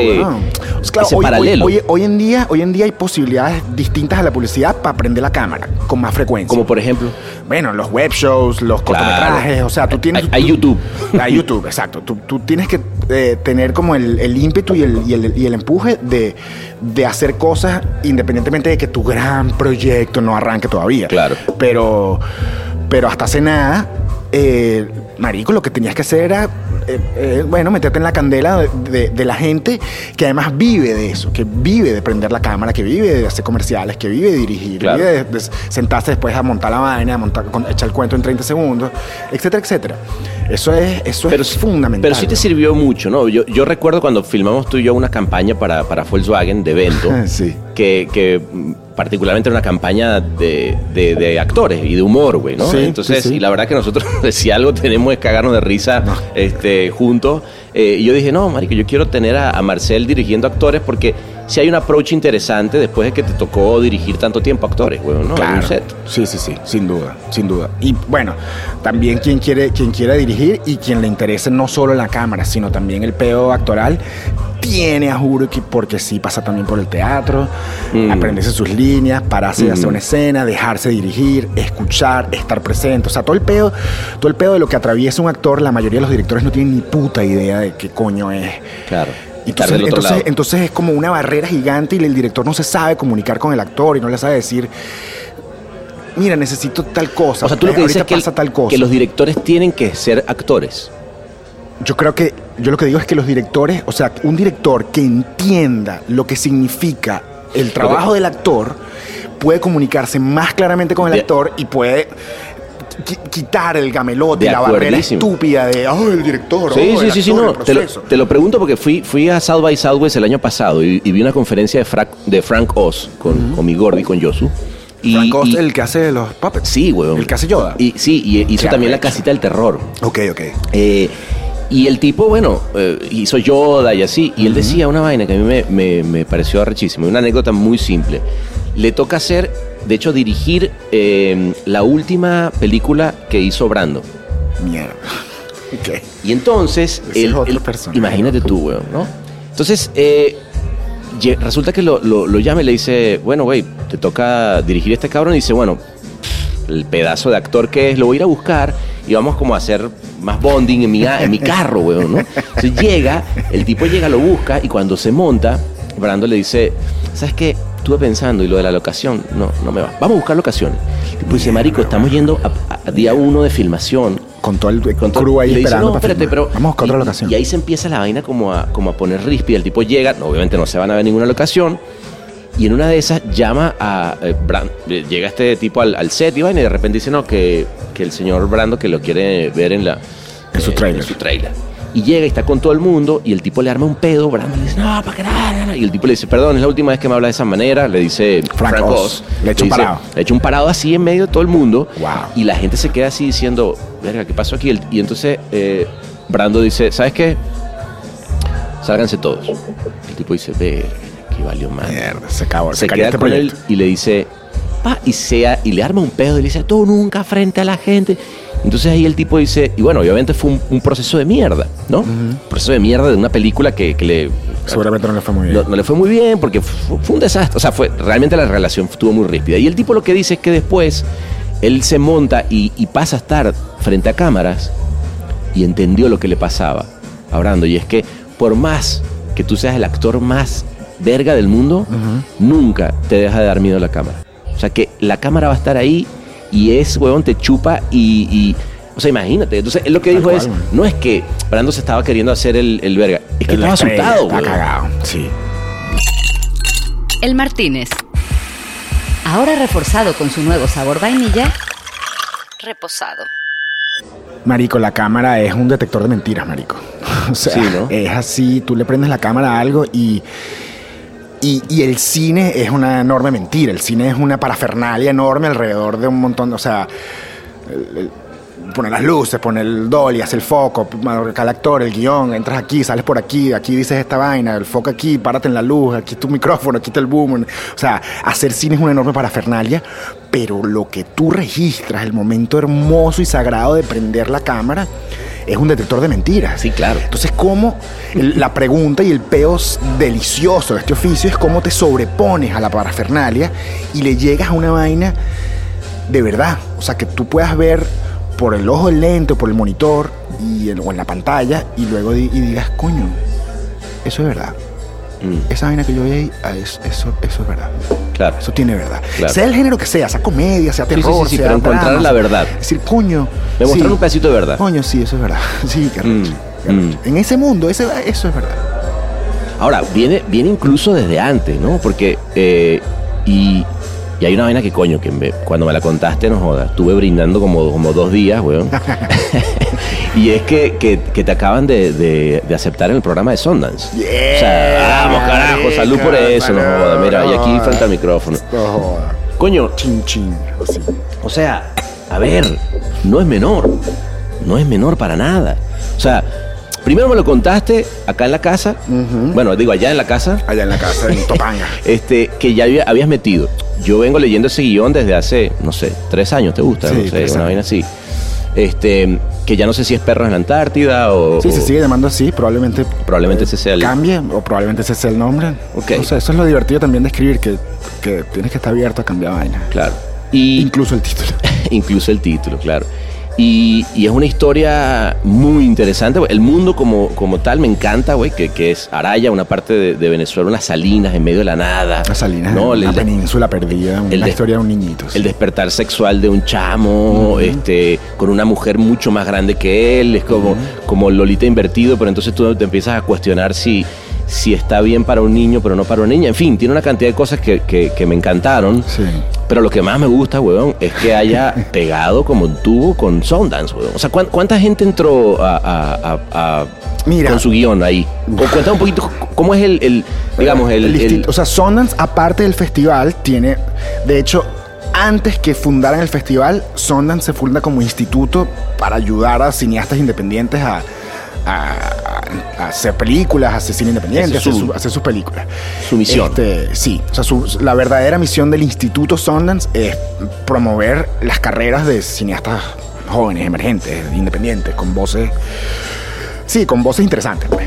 paralelo. Hoy en día hay posibilidades distintas a la publicidad para aprender la cámara con más frecuencia. Como por ejemplo, bueno, los web shows, los cortometrajes, o sea, tú tienes... Hay YouTube. Hay YouTube, exacto. Tú tienes que tener como el ímpetu y el empuje de hacer cosas independientemente de que tu gran proyecto no arranque todavía. Claro. Pero hasta hace nada, marico, lo que tenías que hacer era, meterte en la candela de la gente que además vive de eso, que vive de prender la cámara, que vive de hacer comerciales, que vive de dirigir, claro. vive de sentarse después a montar la vaina, echar el cuento en 30 segundos, etcétera, etcétera. Eso es fundamental. Pero sí te sirvió mucho, ¿no? Yo recuerdo cuando filmamos tú y yo una campaña para Volkswagen de evento, sí. que particularmente era una campaña de actores y de humor, güey, ¿no? Sí, entonces, sí. y la verdad que nosotros, si algo tenemos es cagarnos de risa juntos. Y yo dije, no, marico, yo quiero tener a Marcel dirigiendo actores porque si hay un approach interesante después de que te tocó dirigir tanto tiempo actores, güey, ¿no? Claro. En un set. Sí, sin duda. Y bueno, también quien quiera dirigir y quien le interese no solo la cámara, sino también el peo actoral, tiene a juro que, porque sí pasa también por el teatro, aprenderse sus líneas, pararse de hacer una escena, dejarse dirigir, escuchar, estar presente. O sea, todo el peo de lo que atraviesa un actor, la mayoría de los directores no tienen ni puta idea de qué coño es. Claro. Entonces es como una barrera gigante y el director no se sabe comunicar con el actor y no le sabe decir, mira, necesito tal cosa. O sea, tú lo que dices es tal cosa. que los directores tienen que ser actores. Yo lo que digo es que los directores, o sea, un director que entienda lo que significa el trabajo del actor puede comunicarse más claramente con el actor y puede quitar el gamelote, la barrera estúpida de el director, sí, no. Te lo pregunto porque fui a South by Southwest el año pasado y vi una conferencia de Frank Oz con mi Gordy, con Yosu. Frank Oz, el que hace los puppets. Sí, weón. El que hace Yoda. Y hizo también la casita del terror. Ok. Y el tipo, hizo Yoda y así. Y él decía una vaina que a mí me pareció arrechísima. Una anécdota muy simple. Le toca dirigir la última pelcula que hizo Brando. Mierda. Okay. Y entonces, imagínate tú, weón, ¿no? Entonces, resulta que lo llama y le dice, bueno, güey, te toca dirigir a este cabrón. Y dice, bueno, el pedazo de actor que es, lo voy a ir a buscar y vamos como a hacer más bonding en mi carro, weón, ¿no? Entonces el tipo llega, lo busca y cuando se monta, Brando le dice, ¿sabes qué? Estuve pensando y lo de la locación, no me va. Vamos a buscar locaciones. El tipo dice, marico, estamos yendo a día 1 de filmación. Con todo el crew ahí esperando. No, espérate, pero vamos a buscar otra locación. Y ahí se empieza la vaina como a poner rispy. El tipo llega, obviamente no se van a ver ninguna locación. Y en una de esas llama a llega este tipo al set y vaina, y de repente dice que el señor Brando que lo quiere ver en su trailer. Y llega y está con todo el mundo y el tipo le arma un pedo, Brando le dice, no, para qué nada. Y el tipo le dice, perdón, es la última vez que me habla de esa manera. Le dice Frank Oz. Le echa un parado. Le echa un parado así en medio de todo el mundo. Wow. Y la gente se queda así diciendo, verga, ¿qué pasó aquí? Y entonces Brando dice, ¿sabes qué? Sálganse todos. El tipo dice, verga, que valió mal. Mierda, se acabó. Se queda con él y le dice, y le arma un pedo y le dice, tú nunca frente a la gente. Entonces ahí el tipo dice, y bueno, obviamente fue un proceso de mierda, ¿no? Un proceso de mierda de una película que le... Seguramente no le fue muy bien. No le fue muy bien porque fue un desastre. O sea, realmente la relación estuvo muy ríspida. Y el tipo lo que dice es que después él se monta y pasa a estar frente a cámaras y entendió lo que le pasaba a Brando. Y es que por más que tú seas el actor más verga del mundo, nunca te deja de dar miedo la cámara. O sea, que la cámara va a estar ahí y huevón, te chupa o sea, imagínate. Entonces, él lo que dijo es, no es que Brando se estaba queriendo hacer el verga, es que estaba asustado, está cagado, sí. El Martínez. Ahora reforzado con su nuevo sabor vainilla, reposado. Marico, la cámara es un detector de mentiras, marico. O sea, sí, ¿no? Es así, tú le prendes la cámara a algo y el cine es una enorme mentira. El cine es una parafernalia enorme alrededor de un montón de... O sea, poner las luces, poner el dolly, hacer el foco, marcar el actor, el guión, entras aquí, sales por aquí dices esta vaina, el foco aquí, párate en la luz, aquí tu micrófono, aquí está el boom. O sea, hacer cine es una enorme parafernalia, pero lo que tú registras, el momento hermoso y sagrado de prender la cámara, es un detector de mentiras. Sí, claro. Entonces, ¿cómo? La pregunta y el peo delicioso de este oficio es cómo te sobrepones a la parafernalia y le llegas a una vaina de verdad. O sea, que tú puedas ver por el ojo del lente o por el monitor o en la pantalla y luego y digas, coño, eso es verdad. esa vaina que yo vi ahí, eso es verdad. Claro. Eso tiene verdad. Claro. Sea el género que sea comedia, sea terror, sí, sea pero encontrar drama, la verdad. Es decir, coño. Me mostraron un pedacito de verdad. Coño, sí, eso es verdad. Sí, qué arrecho, qué arrecho. En ese mundo, eso es verdad. Ahora, viene incluso desde antes, ¿no? Porque, y hay una vaina que coño, cuando me la contaste, no jodas, estuve brindando como 2 días, weón. Y es que te acaban de aceptar en el programa de Sundance. Yeah, o sea, vamos, carajo, salud por eso, no jodas. Mira, y aquí frente al micrófono. No jodas. Coño, Chin, chin. Así. o sea, a ver, no es menor para nada. O sea, primero me lo contaste acá en la casa, bueno, digo allá en la casa. Allá en la casa, en Topanga. Que ya habías metido. Yo vengo leyendo ese guión desde hace, no sé, 3 años, ¿te gusta? Sí, no sé, 3 una años. vaina así. Que ya no sé si es Perros en la Antártida o... Sí, se sigue llamando así, probablemente ese sea el... cambie o probablemente ese sea el nombre. Ok. O sea, eso es lo divertido también de escribir, que tienes que estar abierto a cambiar vaina. Claro. Y Incluso el título. incluso el título, claro. Y es una historia muy interesante. El mundo como tal me encanta, güey, que es Araya, una parte de Venezuela, unas salinas en medio de la nada. Las Salinas, ¿no? una península perdida, una historia de un niñito. Sí. El despertar sexual de un chamo, con una mujer mucho más grande que él, es como Lolita invertido, pero entonces tú te empiezas a cuestionar si está bien para un niño, pero no para una niña. En fin, tiene una cantidad de cosas que me encantaron. Sí. Pero lo que más me gusta, weón, es que haya pegado como un tubo con Sundance, weón. O sea, ¿cuánta gente entró Mira, con su guión ahí? O cuéntame un poquito cómo es el O sea, Sundance, aparte del festival, tiene... De hecho, antes que fundaran el festival, Sundance se funda como instituto para ayudar a cineastas independientes a hacer películas, a hacer cine independiente, hacer sus películas. Su misión. Sí, o sea, la verdadera misión del Instituto Sundance es promover las carreras de cineastas jóvenes, emergentes, independientes, con voces... Sí, con voces interesantes, pues.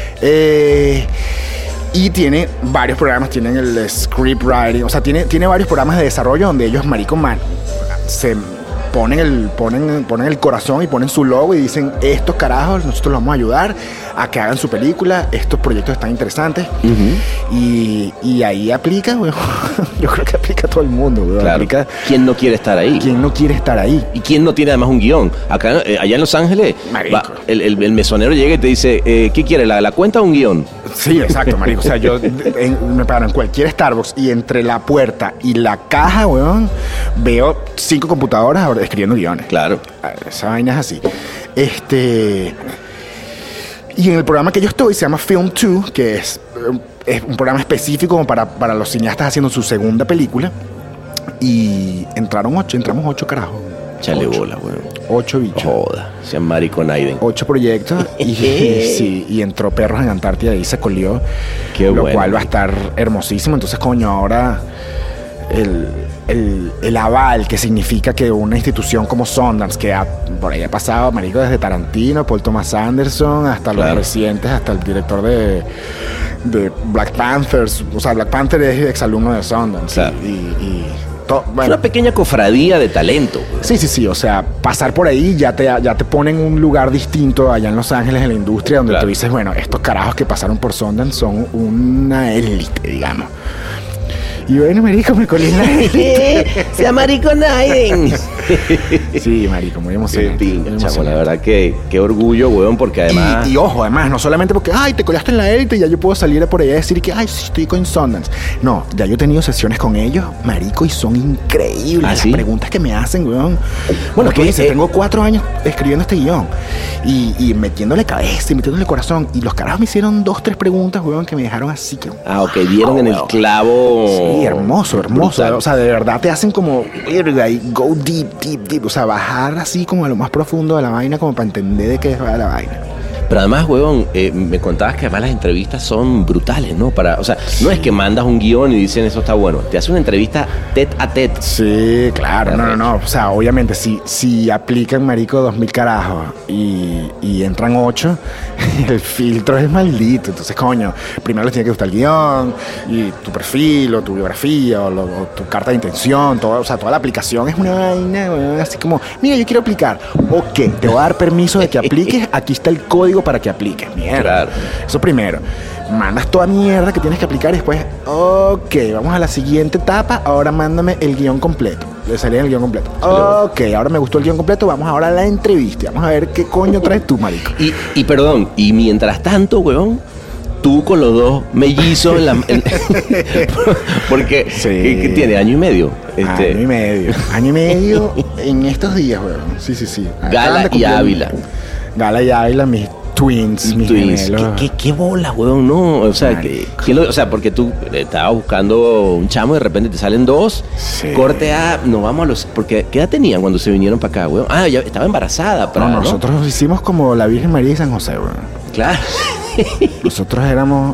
Y tiene varios programas, tienen el script writing, o sea, tiene varios programas de desarrollo donde ellos, se ponen el corazón y ponen su logo y dicen, estos carajos, nosotros los vamos a ayudar a que hagan su película, estos proyectos están interesantes. Y ahí aplica, weón. Yo creo que aplica a todo el mundo, weón. Claro. Aplica, ¿Quién no quiere estar ahí? ¿quién no quiere estar ahí? ¿Y quién no tiene además un guión? Acá, allá en Los Ángeles, Marico. el mesonero llega y te dice, ¿qué quiere? ¿La cuenta o un guión? Sí, exacto, marico. O sea, yo me paro en cualquier Starbucks y entre la puerta y la caja, weón, veo 5 computadoras ahora escribiendo guiones. Claro. Esa vaina es así. Y en el programa que yo estoy se llama Film 2, que es un programa específico como para los cineastas haciendo su segunda película. Y entramos 8 carajos. Chale bola, weón. 8 bichos. Joda, sean marico Naiden. 8 proyectos y entró Perros en Antártida y se colió. Qué lo bueno. cual va a estar hermosísimo. Entonces, coño, ahora el aval que significa que una institución como Sundance, que por ahí ha pasado, marico, desde Tarantino, Paul Thomas Anderson, hasta los recientes, hasta el director de Black Panthers. O sea, Black Panther es exalumno de Sundance. Claro. Bueno. Es una pequeña cofradía de talento. Sí. O sea, pasar por ahí ya te ponen en un lugar distinto allá en Los Ángeles, en la industria, donde Claro. tú dices, bueno, estos carajos que pasaron por Sundance son una élite, digamos. Y bueno, marico, me colé en la élite. ¡Sea marico Naiden! Sí, marico, muy Qué emocionante. muy pincha, emocionante. la verdad que qué orgullo, weón, porque además... Y ojo, además, no solamente porque, te colaste en la élite y ya yo puedo salir por allá y decir que, sí, estoy con Sundance. No, ya yo he tenido sesiones con ellos, marico, y son increíbles ¿Ah, las sí? preguntas que me hacen, weón. Bueno, Porque, tú dices, tengo 4 años escribiendo este guión y metiéndole cabeza y metiéndole corazón. Y los carajos me hicieron 2-3 preguntas, weón, que me dejaron así que... ok, dieron en el weón. clavo... Sí, hermoso. Brutal. O sea, de verdad te hacen como, verga, y go deep. O sea, bajar así como a lo más profundo de la vaina, como para entender de qué va la vaina. Pero además, huevón, me contabas que además las entrevistas son brutales, ¿no? O sea, no es que mandas un guión y dicen eso está bueno. Te hacen una entrevista tete a tete. Sí, claro. No. O sea, obviamente, si aplican, marico, 2000 carajos y entran 8, el filtro es maldito. Entonces, coño, primero les tiene que gustar el guión y tu perfil o tu biografía o tu carta de intención. O sea, toda la aplicación es una vaina, weón, así como, mira, yo quiero aplicar. Ok, te voy a dar permiso de que apliques. Aquí está el código para que apliques. Mierda. Claro. Eso primero. mandas toda mierda que tienes que aplicar y después, ok, vamos a la siguiente etapa, ahora mándame el guión completo. Le salía el guión completo. Ok, ahora me gustó el guión completo, vamos ahora a la entrevista. Vamos a ver qué coño traes tú, marico. Y perdón, y mientras tanto, weón, tú con los 2 mellizos en la... porque, Sí. ¿qué tiene? ¿Año y medio? Año y medio. Año y medio en estos días, weón. Sí. Gala y Ávila. Gala y Ávila, mis twins, mis gemelos. ¿Qué bola, weón? No, o sea, porque tú estabas buscando un chamo y de repente te salen 2. Sí. Corte A, nos vamos a los... Porque, ¿qué edad tenían cuando se vinieron para acá, weón? Ah, ya estaba embarazada. No, nosotros hicimos como la Virgen María y San José, weón. Claro. Nosotros éramos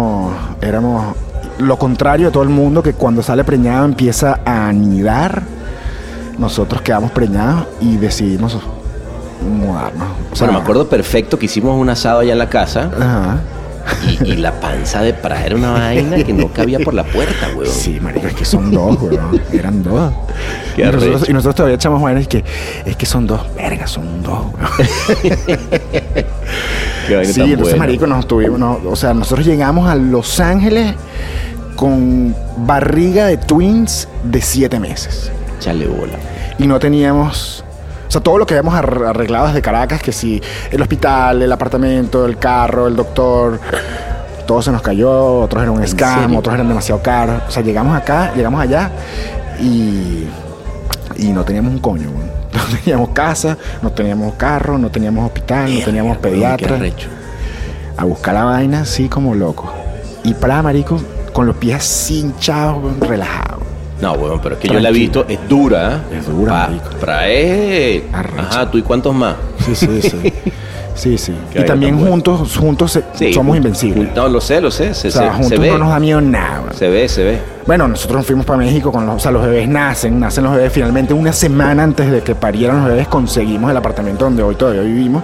lo contrario de todo el mundo, que cuando sale preñado empieza a anidar. Nosotros quedamos preñados y decidimos mudarnos. O sea, Bueno, me acuerdo perfecto que hicimos un asado allá en la casa Ajá. y la panza de Praga era una vaina que no cabía por la puerta, weón. Sí, marico, es que son 2, weón. Eran 2. Qué Y nosotros, arrecho. y nosotros todavía echamos vainas que es que son 2. Verga, son 2, weón. Qué vaina Sí, tan entonces, buena. marico, o sea, nosotros llegamos a Los Ángeles con barriga de twins de 7 meses. Chale bola. Y no teníamos... O sea, todo lo que habíamos arreglado desde Caracas, que si el hospital, el apartamento, el carro, el doctor, todo se nos cayó, otros eran un scam, serio? otros eran demasiado caros. O sea, llegamos acá, llegamos allá y no teníamos un coño, weón. No teníamos casa, no teníamos carro, no teníamos hospital, no teníamos Qué pediatra. arrecho. A buscar la vaina así como loco. Y para, marico, con los pies hinchados, weón, relajados. No, weón, pero es que yo la he Tranquilo. visto, es dura, ¿eh? Es dura, marico. Prae. Arrecho. Ajá, ¿tú y cuántos más? Sí. Sí. Qué Y vaina también tan buena. juntos Sí, somos invencibles. No, lo sé, O sea, se juntos ve. no nos da miedo nada. weón. Se ve. Bueno, nosotros nos fuimos para México con los bebés nacen los bebés. Finalmente, una semana antes de que parieran los bebés, conseguimos el apartamento donde hoy todavía vivimos.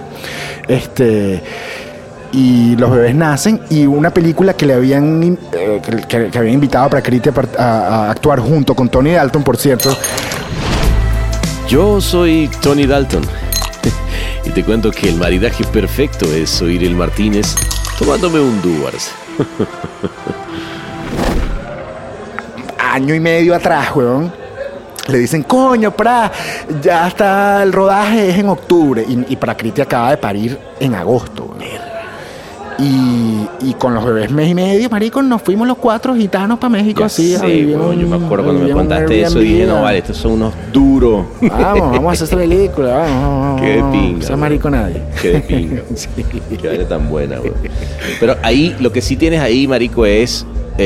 Y los bebés nacen, y una película que le habían que habían invitado a Prakriti a actuar junto con Tony Dalton, por cierto. Yo soy Tony Dalton y te cuento que el maridaje perfecto es oír el Martínez tomándome un Duars. Año y medio atrás, weón, le dicen, coño, ya está el rodaje, es en octubre. Y Prakriti acaba de parir en agosto, weón. Y con los bebés mes y medio, marico, nos fuimos los 4 gitanos para México, así. a Sí, vivir weón, yo me acuerdo cuando me vivir un contaste eso, dije, Airbnb. no, vale, estos son unos duros. Vamos a hacer esta película, vamos. Qué de pinga, No sea weón. marico nadie. Qué de pinga. Sí. Qué vaina tan buena, weón. Pero ahí, lo que sí tienes ahí, marico, es...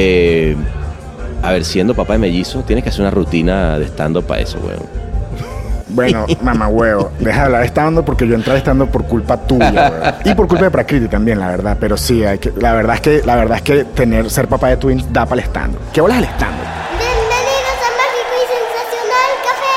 a ver, siendo papá de mellizo, tienes que hacer una rutina de stand-up para eso, weón. Bueno, mamá huevo, deja de hablar de stand-up porque yo entré a stand-up por culpa tuya, weón. Y por culpa de Prakriti también, la verdad. Pero sí, la verdad es que ser papá de twins da para el stand-up. ¿Qué bolas el stand-up? Bienvenidos a Mágico y Sensacional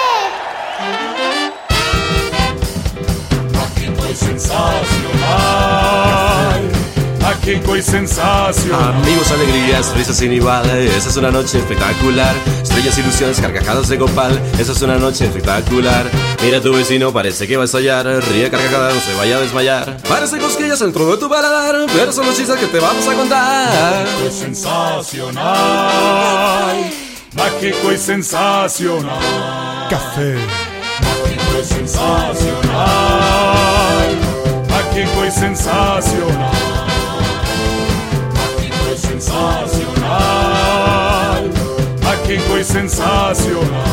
Café. Mágico y sensacional. Mágico y sensacional. Amigos, alegrías, risas sin igual. Esa es una noche espectacular. Estrellas, ilusiones, carcajadas de copal. Esa es una noche espectacular. Mira a tu vecino, parece que va a estallar. Ríe carcajada, no se vaya a desmayar. Parece cosquillas dentro de tu paladar. Pero son los chistes que te vamos a contar. Mágico y sensacional. Mágico y sensacional. Café. Mágico y sensacional. Mágico y sensacional. Mágico y sensacional. Mágico y sensacional.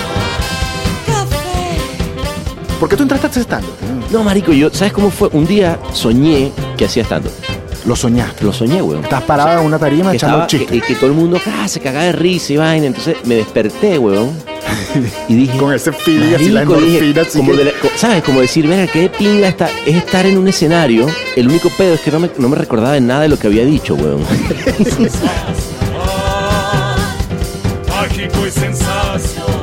¿Por qué tú entraste a hacer stand-up? No, marico, yo, ¿sabes cómo fue? Un día soñé que hacía stand-up. Lo soñaste. Lo soñé, weón. Estás parado en una tarima Que echando estaba, chistes. que todo el mundo se cagaba de risa y vaina. Entonces me desperté, weón. Y dije... Con ese feeling así, la marico, dije, endorfina, así como que- ¿sabes? Como decir, venga, qué de pinga es estar en un escenario. El único pedo es que no me recordaba de nada de lo que había dicho, weón. Mágico y sensacional.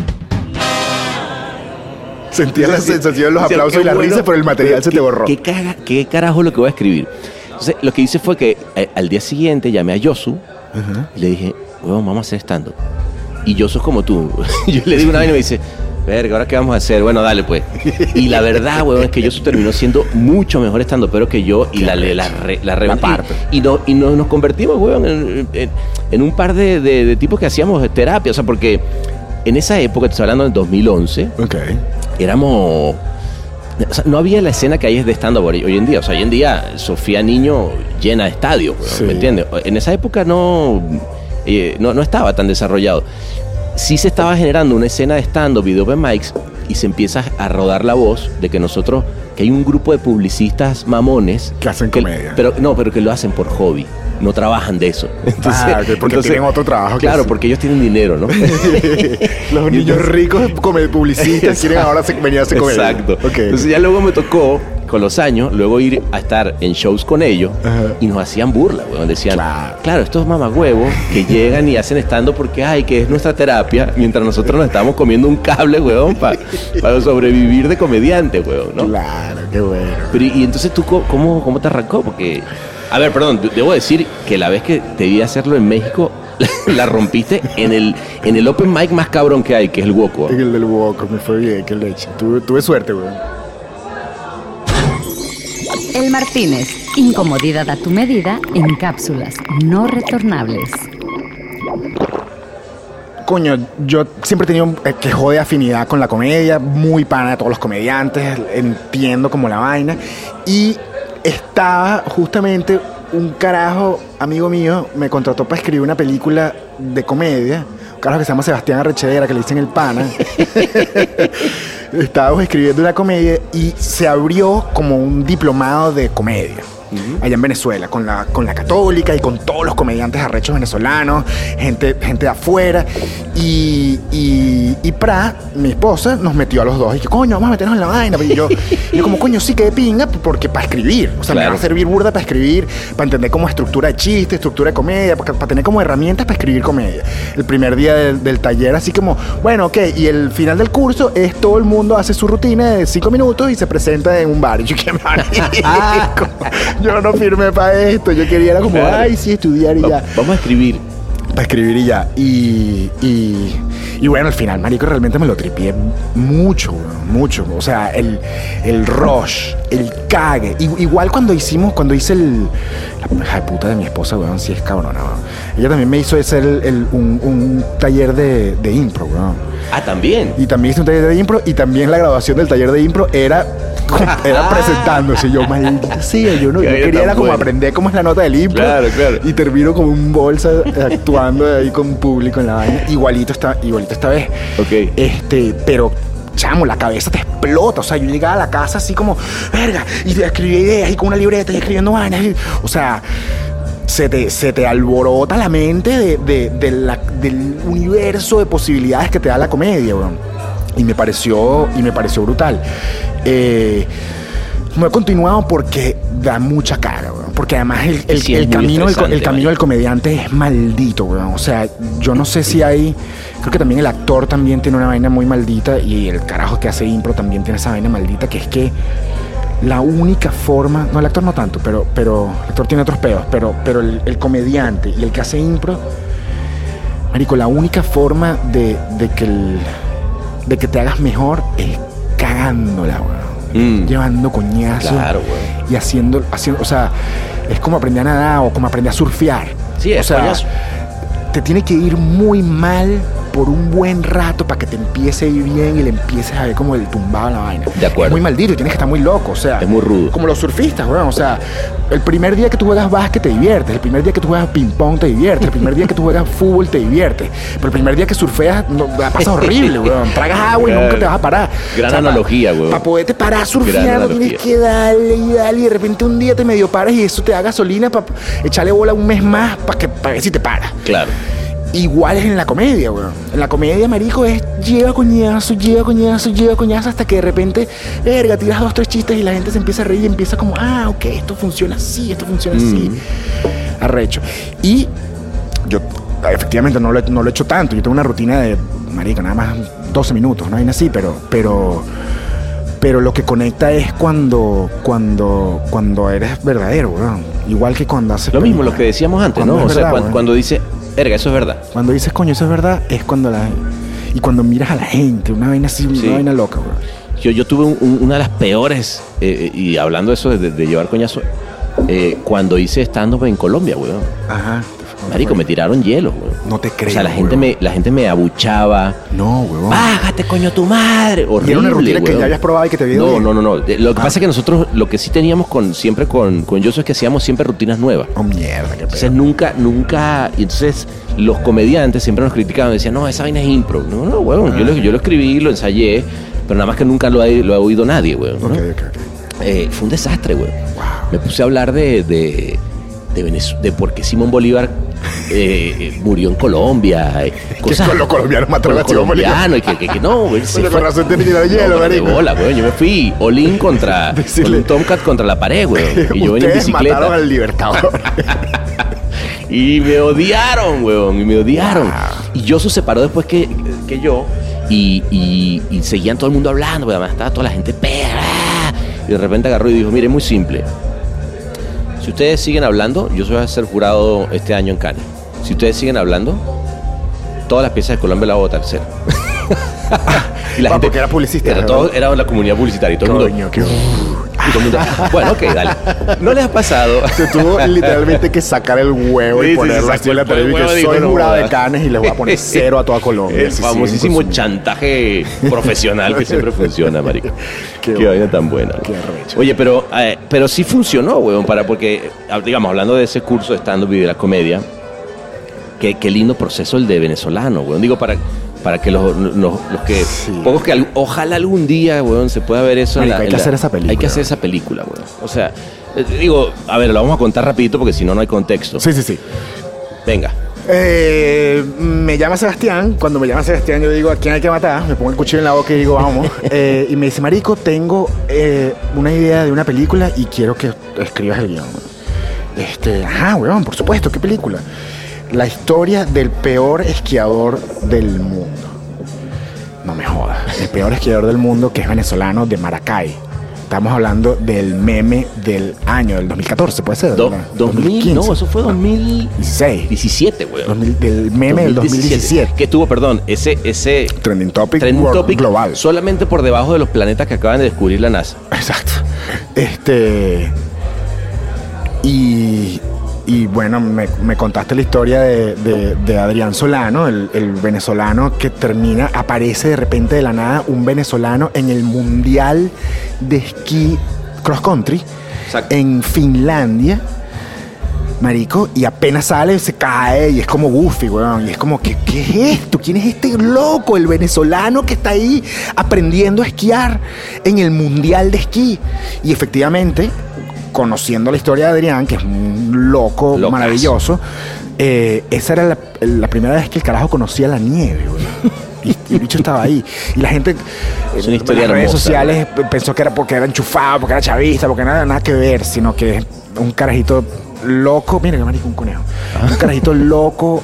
Sentías la sensación, los O sea, aplausos qué y la bueno, risa, pero el material se te borró. ¿Qué carajo es lo que voy a escribir? Entonces, lo que hice fue que al día siguiente llamé a Yosu y le dije, weón, vamos a hacer stand-up. Y Yosu es como tú. Yo le digo una vaina y me dice, verga, ¿ahora qué vamos a hacer? Bueno, dale pues. Y la verdad, weón, es que Yosu terminó siendo mucho mejor estandopero que yo y la parte. Y nos convertimos, weón, en un par de tipos que hacíamos terapia. O sea, porque en esa época, te estoy hablando del 2011, éramos... O sea, no había la escena que hay de stand-up hoy en día. O sea, hoy en día Sofía Niño llena estadios, weón, ¿me entiendes? En esa época no estaba tan desarrollado. Sí se estaba generando una escena de stand-up y de open mics y se empieza a rodar la voz de que nosotros, que hay un grupo de publicistas mamones que hacen comedia. Pero que lo hacen por hobby. No trabajan de eso. Entonces, porque tienen otro trabajo. Claro, porque ellos tienen dinero, ¿no? Los niños ricos como publicistas quieren ahora venir a hacer comedia. Exacto. Entonces ya luego me tocó, con los años, luego ir a estar en shows con ellos y nos hacían burla, weón. Decían, claro, estos mamagüevos que llegan y hacen stand-up porque, que es nuestra terapia, mientras nosotros nos estamos comiendo un cable, weón, para sobrevivir de comediante, weón, ¿no? Claro, qué bueno. Pero, y entonces tú, ¿cómo te arrancó? Porque... A ver, perdón, debo decir que la vez que te vi hacerlo en México, la rompiste en el open mic más cabrón que hay, que es el Woco. En el del Woco, me fue bien, qué leche. Tuve suerte, güey. El Martínez, incomodidad a tu medida en cápsulas no retornables. Coño, yo siempre he tenido que jode afinidad con la comedia, muy pana de todos los comediantes, entiendo como la vaina. Y estaba justamente un carajo, amigo mío, me contrató para escribir una película de comedia. Un carajo que se llama Sebastián Arrechedera, que le dicen el pana. Estábamos escribiendo una comedia y se abrió como un diplomado de comedia. Allá en Venezuela, con la Católica y con todos los comediantes arrechos venezolanos, gente de afuera. Y mi esposa, nos metió a los dos. Y que, coño, vamos a meternos en la vaina. Y yo como, coño, sí que de pinga, porque para escribir. O sea, me va a servir burda para escribir, para entender como estructura de chiste, estructura de comedia, para tener como herramientas para escribir comedia. El primer día del taller, así como, bueno, ok. Y el final del curso es todo el mundo hace su rutina de 5 minutos y se presenta en un bar. Y yo, qué marico. Yo no firmé para esto. Yo quería era como, sí, estudiar y ya. Vamos a escribir. Para escribir y ya. Y bueno, al final, marico, realmente me lo tripié mucho, mucho. O sea, el rush, el cague. Igual cuando hice la hija de puta de mi esposa, weón, sí es cabrona, weón. Ella también me hizo hacer un taller de impro, weón. ¿También? Y también hice un taller de impro y también la graduación del taller de impro era presentándose. Yo, maldita sea, yo quería era como aprender cómo es la nota del impro. Claro. Y termino como un bolsa actuando ahí con público en la vaina. Igualito esta vez. Ok. Pero chamo, la cabeza te explota. O sea, yo llegaba a la casa así como, verga, y escribía ideas y con una libreta y escribiendo vainas. O sea, se te alborota la mente del universo de posibilidades que te da la comedia, weón. Y me pareció brutal. No he continuado porque da mucha cara, weón. Porque además el camino del comediante es maldito, weón. O sea, yo no sé si hay... Creo que también el actor también tiene una vaina muy maldita y el carajo que hace impro también tiene esa vaina maldita, que es que la única forma... No, el actor no tanto, pero el actor tiene otros pedos, pero el comediante y el que hace impro... Marico, la única forma de que te hagas mejor es cagándola, weón. Llevando coñazos. Claro, weón. Y haciendo, o sea, es como aprender a nadar o como aprender a surfear. Sí, o sea, te tiene que ir muy mal por un buen rato para que te empiece a ir bien y le empieces a ver como el tumbado a la vaina. De acuerdo. Es muy maldito y tienes que estar muy loco, o sea. Es muy rudo. Como los surfistas, weón. O sea, el primer día que tú juegas básquet te diviertes. El primer día que tú juegas ping-pong te diviertes. El primer día que tú juegas fútbol te diviertes. Pero el primer día que surfeas la pasas horrible, weón. Tragas agua y nunca te vas a parar. Gran analogía, weón. Para poderte parar surfeando tienes que darle y de repente un día te medio paras y eso te da gasolina para echarle bola un mes más para ver si te paras. Claro. Igual es en la comedia, weón. En la comedia, marico, es lleva coñazo hasta que de repente, verga, tiras 2, 3 chistes y la gente se empieza a reír y empieza como, ok, esto funciona así. Arrecho. Y yo, efectivamente, no lo he hecho tanto. Yo tengo una rutina de, marico, nada más 12 minutos, no hay nada así, pero lo que conecta es cuando eres verdadero, weón. Igual que cuando haces... Lo mismo, lo que decíamos antes, ¿no? O sea, cuando dice... Verga, eso es verdad. Cuando dices, coño, eso es verdad, es cuando la... Y cuando miras a la gente, una vaina así, una vaina loca, güey. Yo tuve una de las peores, y hablando de eso de llevar coñazo, cuando hice stand-up en Colombia, güey. Ajá. Marico, me tiraron hielo, güey. No te creo. O sea, la gente me abuchaba. No, güey. Bájate, coño, tu madre. Horrible. Y era una rutina que ya habías probado y que te vio. No. Lo que pasa es que nosotros, lo que sí teníamos siempre con Yoso es que hacíamos siempre rutinas nuevas. Oh, mierda, qué pedo. Entonces nunca. Y entonces los comediantes siempre nos criticaban, decían, no, esa vaina es impro. No, güey. Yo lo escribí, lo ensayé, pero nada más que nunca lo ha oído nadie, güey. ¿no? Ok. Fue un desastre, güey. Wow. Me puse a hablar de por qué Simón Bolívar murió en Colombia. Cosas que los colombianos mataron a Simón Bolívar. Y que no, güey. Con razón tiene que ir a hielo, marico. De bola, güey. Yo me fui all-in con un Tomcat contra la pared, güey. Y yo venía en bicicleta. Mataron al Libertador. Y me odiaron, weón. Wow. Y Yoso se paró después que yo. Y seguían todo el mundo hablando, porque además estaba toda la gente perra. Y de repente agarró y dijo, mire, es muy simple. Si ustedes siguen hablando, yo voy a ser jurado este año en Cannes. Si ustedes siguen hablando, todas las piezas de Colombia las voy a votar cero. Y la gente, porque era publicista. Era la comunidad publicitaria. Y todo el mundo... Y todo el mundo, bueno, ok, dale. ¿No les ha pasado? Se tuvo literalmente que sacar el huevo y ponerlo así en la televisión. Soy jurado de Cannes y les voy a poner cero a toda Colombia. El famosísimo chantaje profesional que siempre funciona, marico. Qué vaina tan buena. Qué arrecho. Oye, pero sí funcionó, huevón, porque, digamos, hablando de ese curso de stand-up y de la comedia, qué lindo proceso el de venezolano, huevón. Digo, para que los que... Sí. Pocos que ojalá algún día, weón, se pueda ver eso. Marico, hay que hacer esa película. Hay que hacer esa película, weón. O sea, digo, a ver, lo vamos a contar rapidito porque si no, no hay contexto. Sí. Venga. Me llama Sebastián. Cuando me llama Sebastián, yo digo, ¿a quién hay que matar? Me pongo el cuchillo en la boca y digo, vamos. Y me dice, marico, tengo una idea de una película y quiero que escribas el guión. Ajá, weón, por supuesto, ¿qué película? La historia del peor esquiador del mundo. No me jodas. El peor esquiador del mundo, que es venezolano, de Maracay. Estamos hablando del meme del año, del 2014, ¿puede ser? 2015. No, eso fue 2016. 17, güey. Del meme del 2017. Que tuvo, perdón, ese Trending Topic global. Solamente por debajo de los planetas que acaban de descubrir la NASA. Exacto. Y bueno, me contaste la historia de Adrián Solano, el venezolano que aparece de repente de la nada, un venezolano en el Mundial de Esquí Cross Country. Exacto. En Finlandia, marico, y apenas sale, se cae y es como Goofy, weón. Y es como, ¿qué es esto? ¿Quién es este loco? El venezolano que está ahí aprendiendo a esquiar en el Mundial de Esquí. Y efectivamente, conociendo la historia de Adrián, que es un loco maravilloso, esa era la primera vez que el carajo conocía la nieve, güey. Y el bicho estaba ahí. Y la gente en las redes sociales pensó que era porque era enchufado, porque era chavista, porque nada que ver, sino que es un carajito loco. Mira que marico, un conejo. Un carajito loco,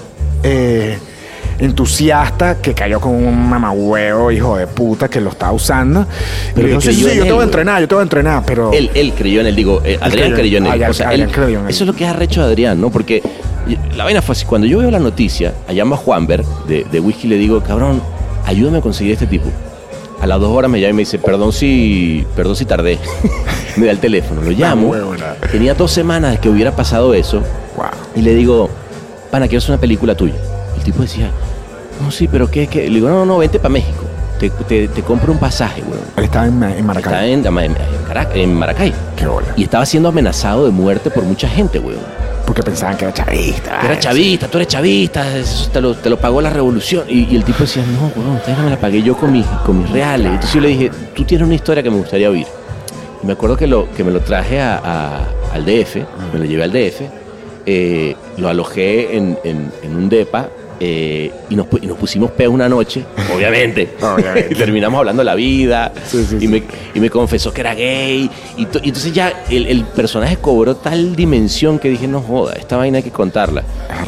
entusiasta, que cayó con un mamahuevo, hijo de puta, que lo estaba usando. Pero dijo, sí, yo te voy a entrenar, pero... Él creyó en él, digo, Adrián creyó en él. Adrián creyó en él. Eso es lo que es arrecho de Adrián, ¿no? Porque la vaina fue así, cuando yo veo la noticia, llamo a Juanber de Whisky y le digo, cabrón, ayúdame a conseguir este tipo. A las 2 horas me llama y me dice, perdón si tardé. Me da el teléfono, lo llamo. Tenía 2 semanas de que hubiera pasado eso. Wow. Y le digo, pana, quiero hacer una película tuya. El tipo decía, no, sí, pero ¿qué? Le digo, no, vente para México. Te compro un pasaje, güey. Él estaba en Maracay. Estaba en Maracay. Qué bola. Y estaba siendo amenazado de muerte por mucha gente, güey. Porque pensaban que era chavista. Tú eres chavista, eso te lo pagó la revolución. Y el tipo decía, no, güey, ustedes no me la pagué yo con mis reales. Entonces yo le dije, tú tienes una historia que me gustaría oír. Y me acuerdo que me lo traje al DF, me lo llevé al DF, lo alojé en un depa. Y nos pusimos peos una noche, obviamente. Y terminamos hablando de la vida. Sí. Y me confesó que era gay. Y entonces ya el personaje cobró tal dimensión que dije, no joda, esta vaina hay que contarla.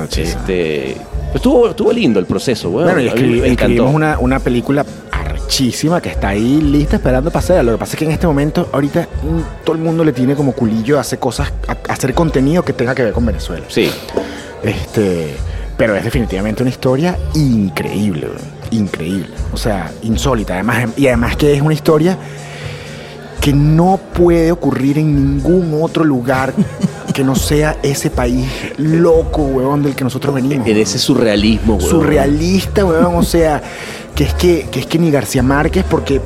Estuvo lindo el proceso, bueno, y escribimos una película arrechísima que está ahí lista esperando para hacerla. Lo que pasa es que en este momento, ahorita, todo el mundo le tiene como culillo a hacer cosas, a hacer contenido que tenga que ver con Venezuela. Sí. Pero es definitivamente una historia increíble, bro. Increíble. O sea, insólita. Además que es una historia que no puede ocurrir en ningún otro lugar que no sea ese país loco, weón, del que nosotros venimos. En ese surrealismo, weón. Surrealista, weón. O sea, que es que ni García Márquez, porque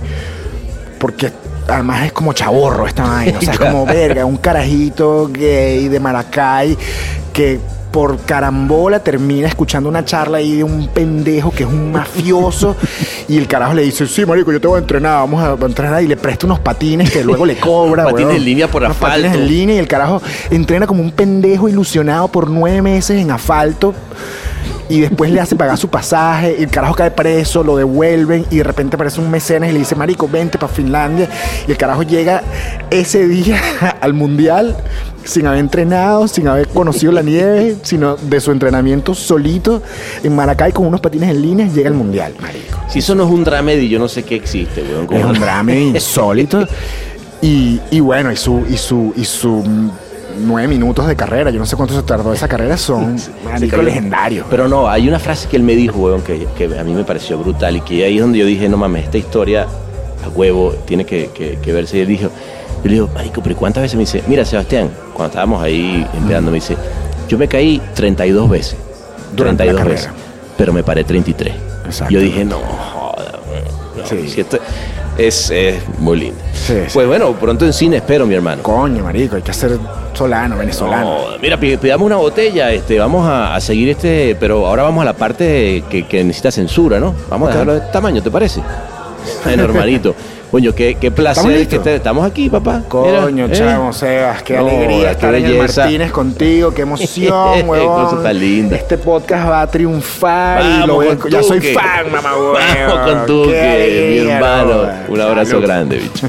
además es como chaborro esta vaina. O sea, es como verga, un carajito gay de Maracay que por carambola termina escuchando una charla ahí de un pendejo que es un mafioso y el carajo le dice, sí, marico, yo te voy a entrenar, vamos a entrenar, y le presta unos patines que luego le cobra. Patines en línea por asfalto. Patines en línea, y el carajo entrena como un pendejo ilusionado por 9 meses en asfalto. Y después le hace pagar su pasaje, y el carajo cae preso, lo devuelven, y de repente aparece un mecenas y le dice, marico, vente para Finlandia. Y el carajo llega ese día al mundial sin haber entrenado, sin haber conocido la nieve, sino de su entrenamiento solito en Maracay con unos patines en línea, llega al mundial, marico. Si eso no es un dramedy, yo no sé qué existe, weón. Es un dramedy insólito. Y bueno, y su 9 minutos de carrera, yo no sé cuánto se tardó esa carrera, son legendarios. Pero no, hay una frase que él me dijo, weón, que a mí me pareció brutal, y que ahí es donde yo dije, no mames, esta historia a huevo tiene que verse. Y él dijo, yo le digo, marico, pero ¿cuántas veces? Me dice, mira, Sebastián, cuando estábamos ahí empleando, me dice, yo me caí 32 veces. Durante 32 la veces. Pero me paré 33. Exacto. Yo dije, no, joda, no, sí. Si esto es muy lindo. Sí, sí. Pues bueno, pronto en cine espero, mi hermano. Coño, marico, hay que ser venezolano. No, mira, pidamos una botella, vamos a seguir pero ahora vamos a la parte que necesita censura, ¿no? Vamos a dejarlo de tamaño, ¿te parece? Bueno, hermanito. Coño, qué placer que estamos aquí, papá. Coño, mira, chamo, Sebas, qué alegría estar en el Martínez contigo, qué emoción, huevón. Cosa tan linda. Este podcast va a triunfar. Vamos, ya soy fan, mamá, huevón. Vamos con tu mi hermano. Bro. Un abrazo grande, bicho.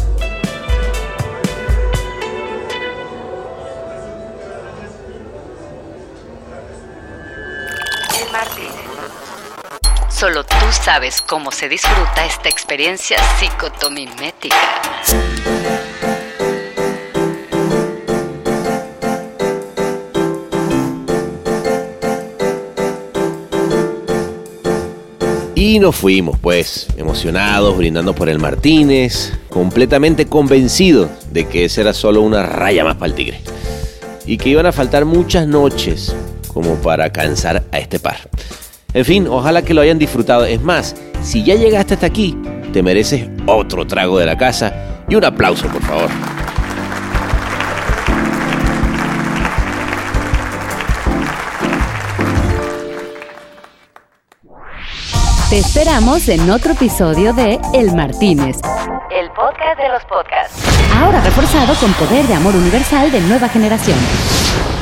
Solo tú sabes cómo se disfruta esta experiencia psicotomimética. Y nos fuimos, pues, emocionados, brindando por el Martínez, completamente convencidos de que esa era solo una raya más para el tigre. Y que iban a faltar muchas noches como para cansar a este par. En fin, ojalá que lo hayan disfrutado. Es más, si ya llegaste hasta aquí, te mereces otro trago de la casa y un aplauso, por favor. Te esperamos en otro episodio de El Martínez, El podcast de los podcasts. ahora reforzado con poder de amor universal de nueva generación.